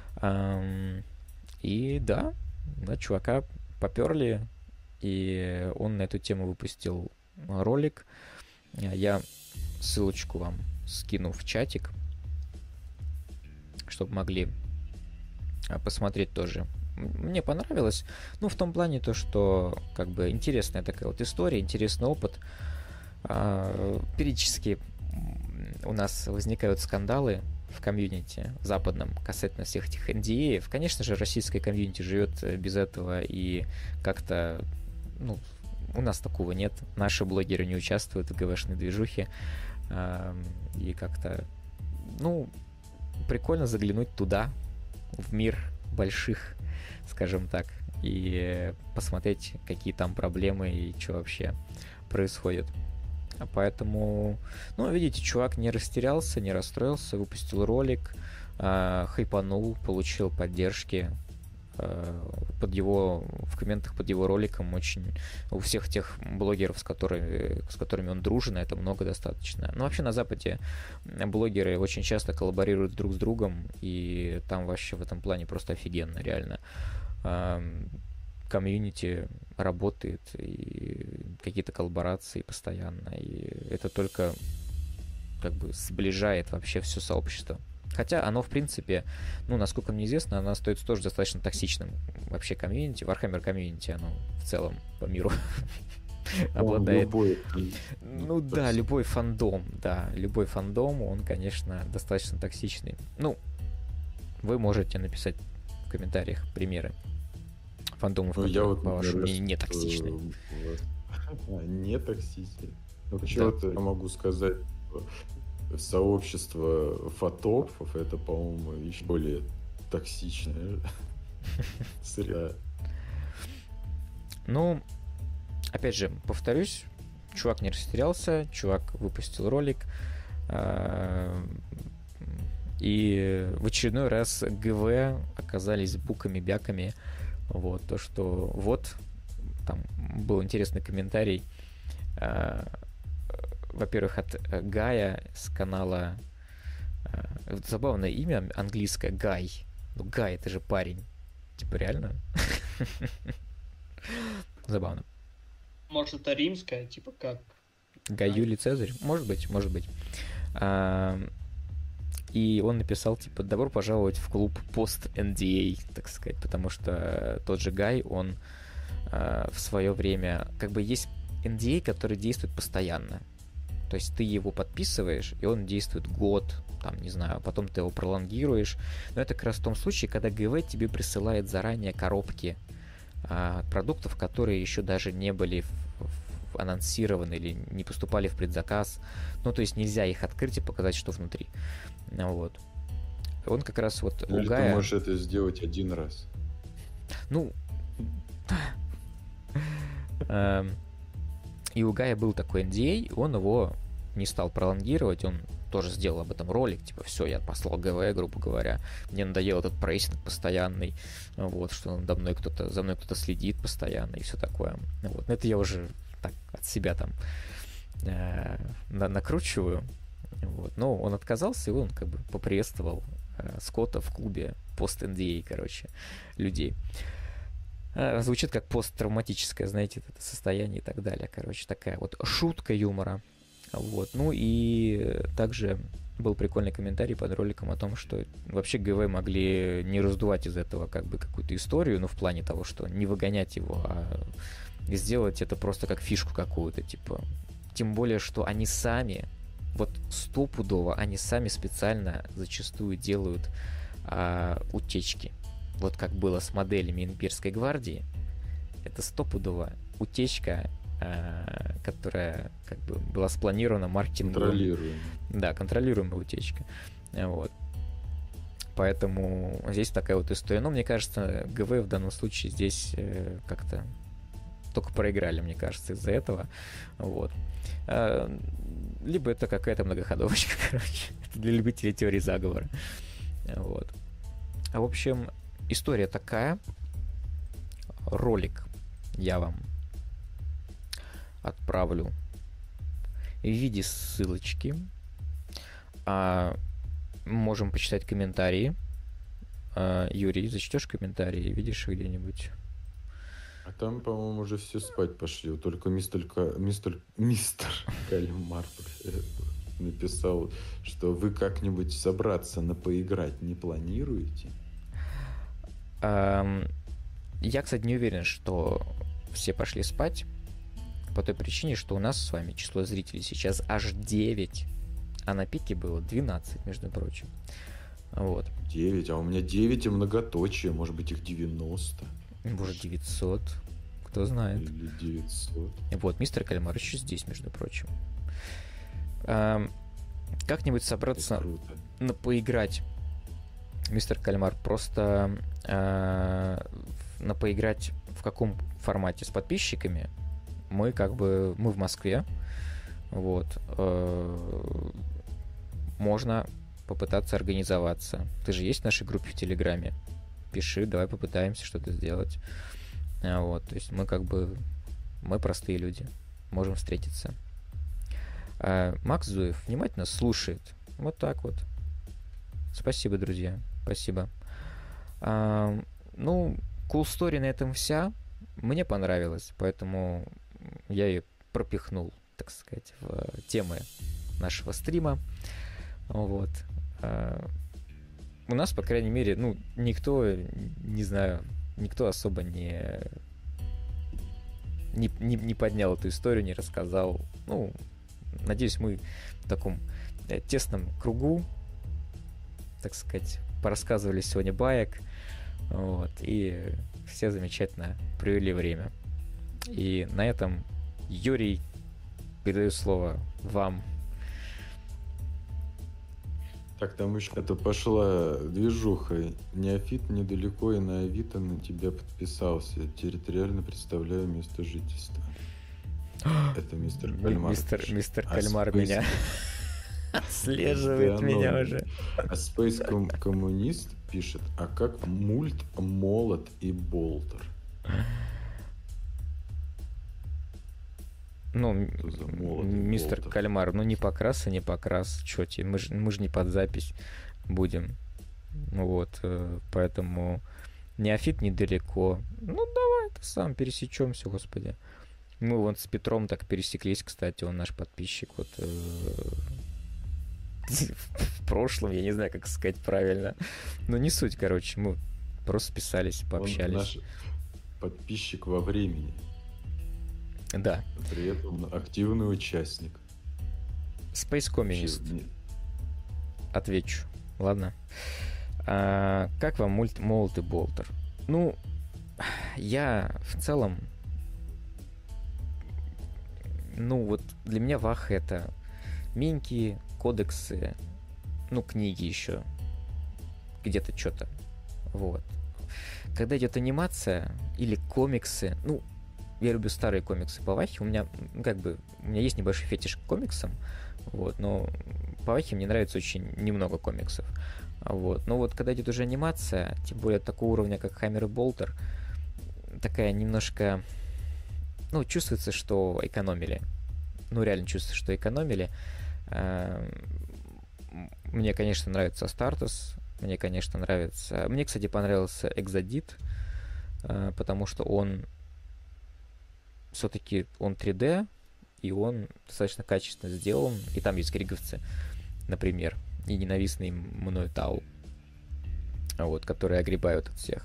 И да, да, чувака поперли. И он на эту тему выпустил ролик. Я ссылочку вам скину в чатик, чтобы могли посмотреть тоже. Мне понравилось. Ну, в том плане то, что как бы интересная такая вот история, интересный опыт. Периодически у нас возникают скандалы в комьюнити западном касательно всех этих эн ди эй. Конечно же, российская комьюнити живет без этого, и как-то, ну, у нас такого нет. Наши блогеры не участвуют в ГВшной движухе. И как-то, ну, прикольно заглянуть туда, в мир больших, скажем так, и посмотреть, какие там проблемы и что вообще происходит. Поэтому, ну, видите, чувак не растерялся, не расстроился, выпустил ролик, э, хайпанул, получил поддержки. Э, под его, в комментах под его роликом очень у всех тех блогеров, с которыми, с которыми он дружен, это много достаточно. Но вообще на Западе блогеры очень часто коллаборируют друг с другом, и там вообще в этом плане просто офигенно, реально. Э, комьюнити работает, и какие-то коллаборации постоянно, и это только как бы сближает вообще все сообщество. Хотя оно, в принципе, ну, насколько мне известно, оно остается тоже достаточно токсичным. Вообще комьюнити, Warhammer комьюнити, оно в целом по миру обладает... Любой... Ну да, любой фандом, да, любой фандом, он, конечно, достаточно токсичный. Ну, вы можете написать в комментариях примеры фандомов, ну, которые, я вот, по вашему например, мнению, не токсичны. Не токсичны. Ну, почему-то я могу сказать, сообщество фотографов это, по-моему, еще более токсичное среда. Ну, опять же, повторюсь, чувак не растерялся, чувак выпустил ролик, и в очередной раз ГВ оказались буками-бяками. Вот, то, что вот, там был интересный комментарий, э, во-первых, от Гая с канала, э, забавное имя английское, Гай. Ну, Гай, это же парень. Типа, реально? Забавно. Может, это римское, типа как? Гай Юлий Цезарь? Может быть, может быть. А, И он написал, типа, добро пожаловать в клуб пост-эн ди эй, так сказать, потому что тот же Гай, он э, в свое время... Как бы есть эн ди эй, который действует постоянно. То есть ты его подписываешь, и он действует год, там, не знаю, потом ты его пролонгируешь. Но это как раз в том случае, когда ГВ тебе присылает заранее коробки э, продуктов, которые еще даже не были в, в, анонсированы или не поступали в предзаказ. Ну, то есть нельзя их открыть и показать, что внутри. Вот. Он как раз вот Или у Гая... ты можешь это сделать один раз. Ну... И у Гая был такой эн ди эй, он его не стал пролонгировать, он тоже сделал об этом ролик, типа, все, я послал ГВ, грубо говоря, мне надоел этот прессинг постоянный, вот, что надо мной кто-то, за мной кто-то следит постоянно и все такое. Вот. Но это я уже так от себя там э, на- накручиваю. Вот. Но он отказался, и он как бы поприветствовал э, Скотта в клубе пост-эн ди эй, короче, людей. Э, звучит как посттравматическое, знаете, это состояние и так далее. Короче, такая вот шутка юмора. Вот. Ну и также был прикольный комментарий под роликом о том, что вообще ГВ могли не раздувать из этого как бы какую-то историю, ну в плане того, что не выгонять его, а сделать это просто как фишку какую-то, типа. Тем более, что они сами, вот стопудово, они сами специально зачастую делают а, утечки. Вот как было с моделями Имперской гвардии, это стопудово утечка, а, которая как бы была спланирована маркетингом. Контролируем. Да, контролируемая утечка. Вот. Поэтому здесь такая вот история. Но мне кажется, ГВ в данном случае здесь э, как-то только проиграли, мне кажется, из-за этого. Вот. А, либо это какая-то многоходовочка, короче. Это для любителей теории заговора. Вот. А в общем, история такая. Ролик я вам отправлю в виде ссылочки. А, можем почитать комментарии. А, Юрий, зачтешь комментарии? Видишь где-нибудь? А там, по-моему, уже все спать пошли. Вот только мистер, Ка- мистер, мистер Кальмар написал, что вы как-нибудь собраться на поиграть не планируете? Ам, Я, кстати, не уверен, что все пошли спать. По той причине, что у нас с вами число зрителей сейчас аж девять. А на пике было двенадцать, между прочим. Вот. девять, а у меня девять и многоточие. Может быть, их девяносто. Может, девятьсот. Кто знает. Или девятьсот. Вот, мистер Кальмар еще здесь, между прочим. Ам, Как-нибудь Это собраться круто. на поиграть, мистер Кальмар, просто а, в- на поиграть в каком формате? С подписчиками? Мы как бы, мы в Москве, вот, э, можно попытаться организоваться. Ты же есть в нашей группе в Телеграме? Пиши, давай попытаемся что-то сделать. А, Вот, то есть мы как бы, мы простые люди, можем встретиться. А, Макс Зуев внимательно слушает. Вот так вот. Спасибо, друзья. Спасибо. А, ну, cool story на этом вся. Мне понравилось, поэтому я ее пропихнул, так сказать, в темы нашего стрима. Вот. А, у нас, по крайней мере, ну, никто, не знаю, никто особо не, не, не, не поднял эту историю, не рассказал. Ну, надеюсь, мы в таком э, тесном кругу, так сказать, порассказывали сегодня баек, вот, и все замечательно провели время. И на этом, Юрий, передаю слово вам. Так, там еще это пошла движуха. Неофит недалеко и на Авито на тебя подписался. Территориально представляю место жительства. Это мистер Кальмар. Мистер, пишет. мистер А Кальмар Space- меня отслеживает Да, меня ну, уже. А Space Ком- Коммунист пишет, а как мульт Молот и Болтер? Ну, Что за молот и мистер болтер? Кальмар, ну не покрас, и не покрас. Чё тебе, мы же мы ж не под запись будем. Вот, э, поэтому неофит недалеко. Ну, давай, ты сам пересечемся, господи. Мы вон с Петром так пересеклись, кстати, он наш подписчик. Вот э, в прошлом, я не знаю, как сказать правильно. Но не суть, короче, мы просто списались, пообщались. Он наш подписчик во времени. Да. При этом активный участник. Space Communist. Вообще, не- Отвечу. Ладно. А, как вам мульт Молот и Болтер? Ну, я в целом... Ну, вот для меня Ваха — это миньки, кодексы, ну, книги еще. Где-то что-то. Вот. Когда идет анимация или комиксы, ну, я люблю старые комиксы по Вахе. У меня, ну, как бы, у меня есть небольшой фетиш к комиксам, вот, но по Вахе мне нравится очень немного комиксов. Вот. Но вот когда идет уже анимация, тем более такого уровня, как Хаммер и Болтер, такая немножко... Ну, чувствуется, что экономили. Ну, реально чувствуется, что экономили. Мне, конечно, нравится Астартес. Мне, конечно, нравится... Мне, кстати, понравился Экзодит, потому что он все-таки он три дэ, и он достаточно качественно сделан. И там есть криговцы, например, и ненавистный мною Тау, вот, которые огребают от всех.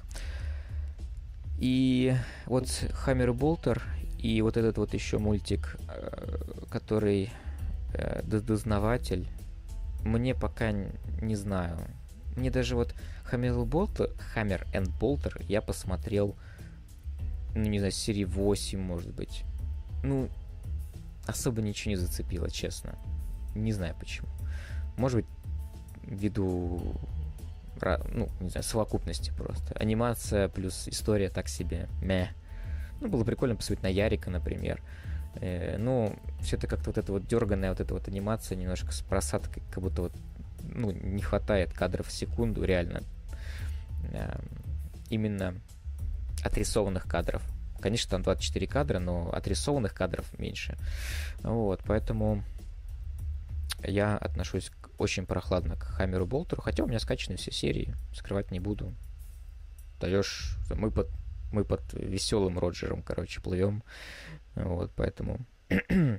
И вот Хаммер и Болтер, и вот этот вот еще мультик, который Дознаватель, мне пока не знаю. Мне даже вот Хаммер и Болтер, Хаммер и Болтер я посмотрел, ну, не знаю, серии восемь, может быть. Ну, особо ничего не зацепило, честно. Не знаю почему. Может быть, ввиду, ну, не знаю, совокупности просто. Анимация плюс история так себе. Мeh. Ну, было прикольно посмотреть на Ярика, например. Э, ну, все это как-то вот эта вот дерганая вот эта вот анимация, немножко с просадкой, как будто вот, ну, не хватает кадров в секунду, реально. Э, именно отрисованных кадров. Конечно, там двадцать четыре кадра, но отрисованных кадров меньше. Вот, поэтому я отношусь к, очень прохладно к Хаммеру Болтеру, хотя у меня скачаны все серии, скрывать не буду. Даешь, мы под, мы под веселым Роджером, короче, плывем. Вот, поэтому... В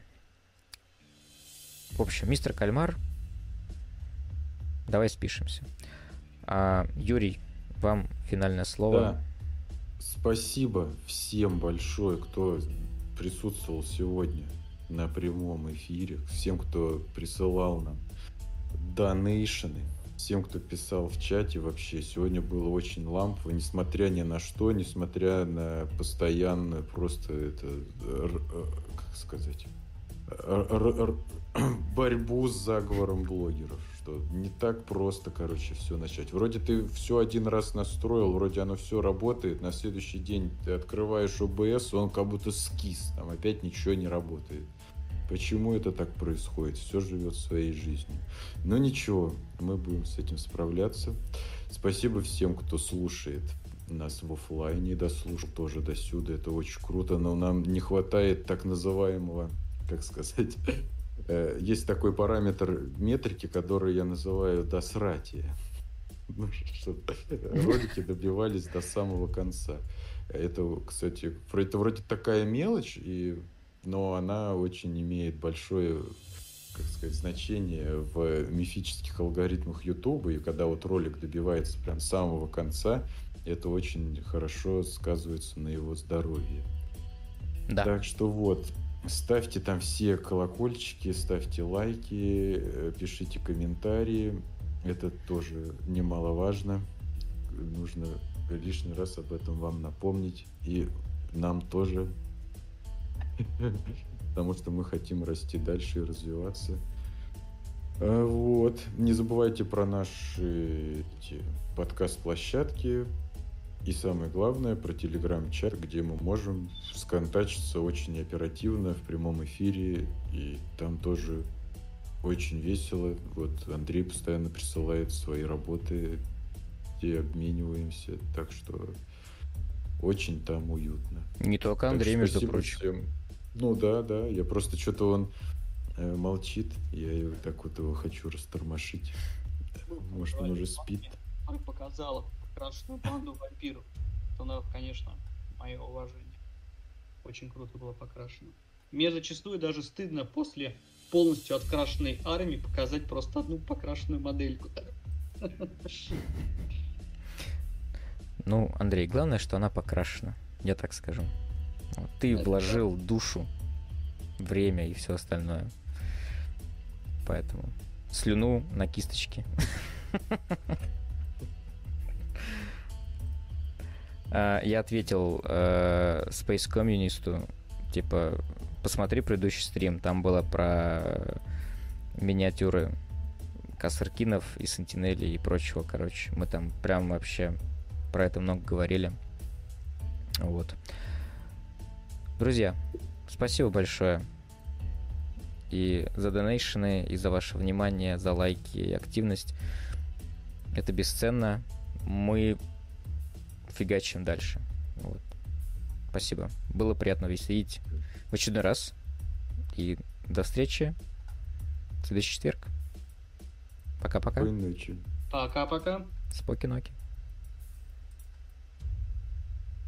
общем, мистер Кальмар, давай спишемся. А, Юрий, вам финальное слово. Да. Спасибо всем большое, кто присутствовал сегодня на прямом эфире, всем, кто присылал нам донейшены, всем, кто писал в чате. Вообще сегодня было очень лампово, несмотря ни на что, несмотря на постоянно просто это, как сказать, борьбу с заговором блогеров, что не так просто, короче, все начать. Вроде ты все один раз настроил, вроде оно все работает, на следующий день ты открываешь о бэ эс, он как будто скис, там опять ничего не работает. Почему это так происходит? Все живет своей жизнью. Но ничего, мы будем с этим справляться. Спасибо всем, кто слушает нас в офлайне, дослушал тоже до сюда. Это очень круто, но нам не хватает так называемого, как сказать, есть такой параметр метрики, который я называю досратие. Ну, чтобы ролики добивались до самого конца. Это, кстати, это вроде такая мелочь, и, но она очень имеет большое, как сказать, значение в мифических алгоритмах Ютуба. И когда вот ролик добивается прям самого конца, это очень хорошо сказывается на его здоровье. Да. Так что вот. Ставьте там все колокольчики, ставьте лайки, пишите комментарии. Это тоже немаловажно. Нужно лишний раз об этом вам напомнить. И нам тоже. Потому что мы хотим расти дальше и развиваться. Вот. Не забывайте про наши эти подкаст-площадки. И самое главное, про телеграм-чат, где мы можем сконтачиться очень оперативно в прямом эфире. И там тоже очень весело. Вот Андрей постоянно присылает свои работы, где обмениваемся. Так что очень там уютно. Не только Андрей, так, между прочим. Всем. Ну да, да. Я просто что-то он э, молчит. Я его так вот его хочу растормошить. Может, он уже спит. Показала красную панду вампиров, то, конечно, мое уважение. Очень круто было покрашено. Мне зачастую даже стыдно после полностью открашенной армии показать просто одну покрашенную модельку. Ну, Андрей, главное, что она покрашена. Я так скажу. Вот, ты Это вложил душу, время и все остальное. Поэтому слюну на кисточке. А, Я ответил э, Space Communist, типа, посмотри предыдущий стрим, там было про миниатюры Кассаркинов и Сентинели и прочего, короче. Мы там прям вообще про это много говорили. Вот. Друзья, спасибо большое и за донейшены, и за ваше внимание, за лайки и активность. Это бесценно. Мы фигачим дальше. Вот. Спасибо. Было приятно вас видеть в очередной раз. И до встречи в следующий четверг. Пока-пока. Спокойной ночи. Пока-пока. Споки-ноки.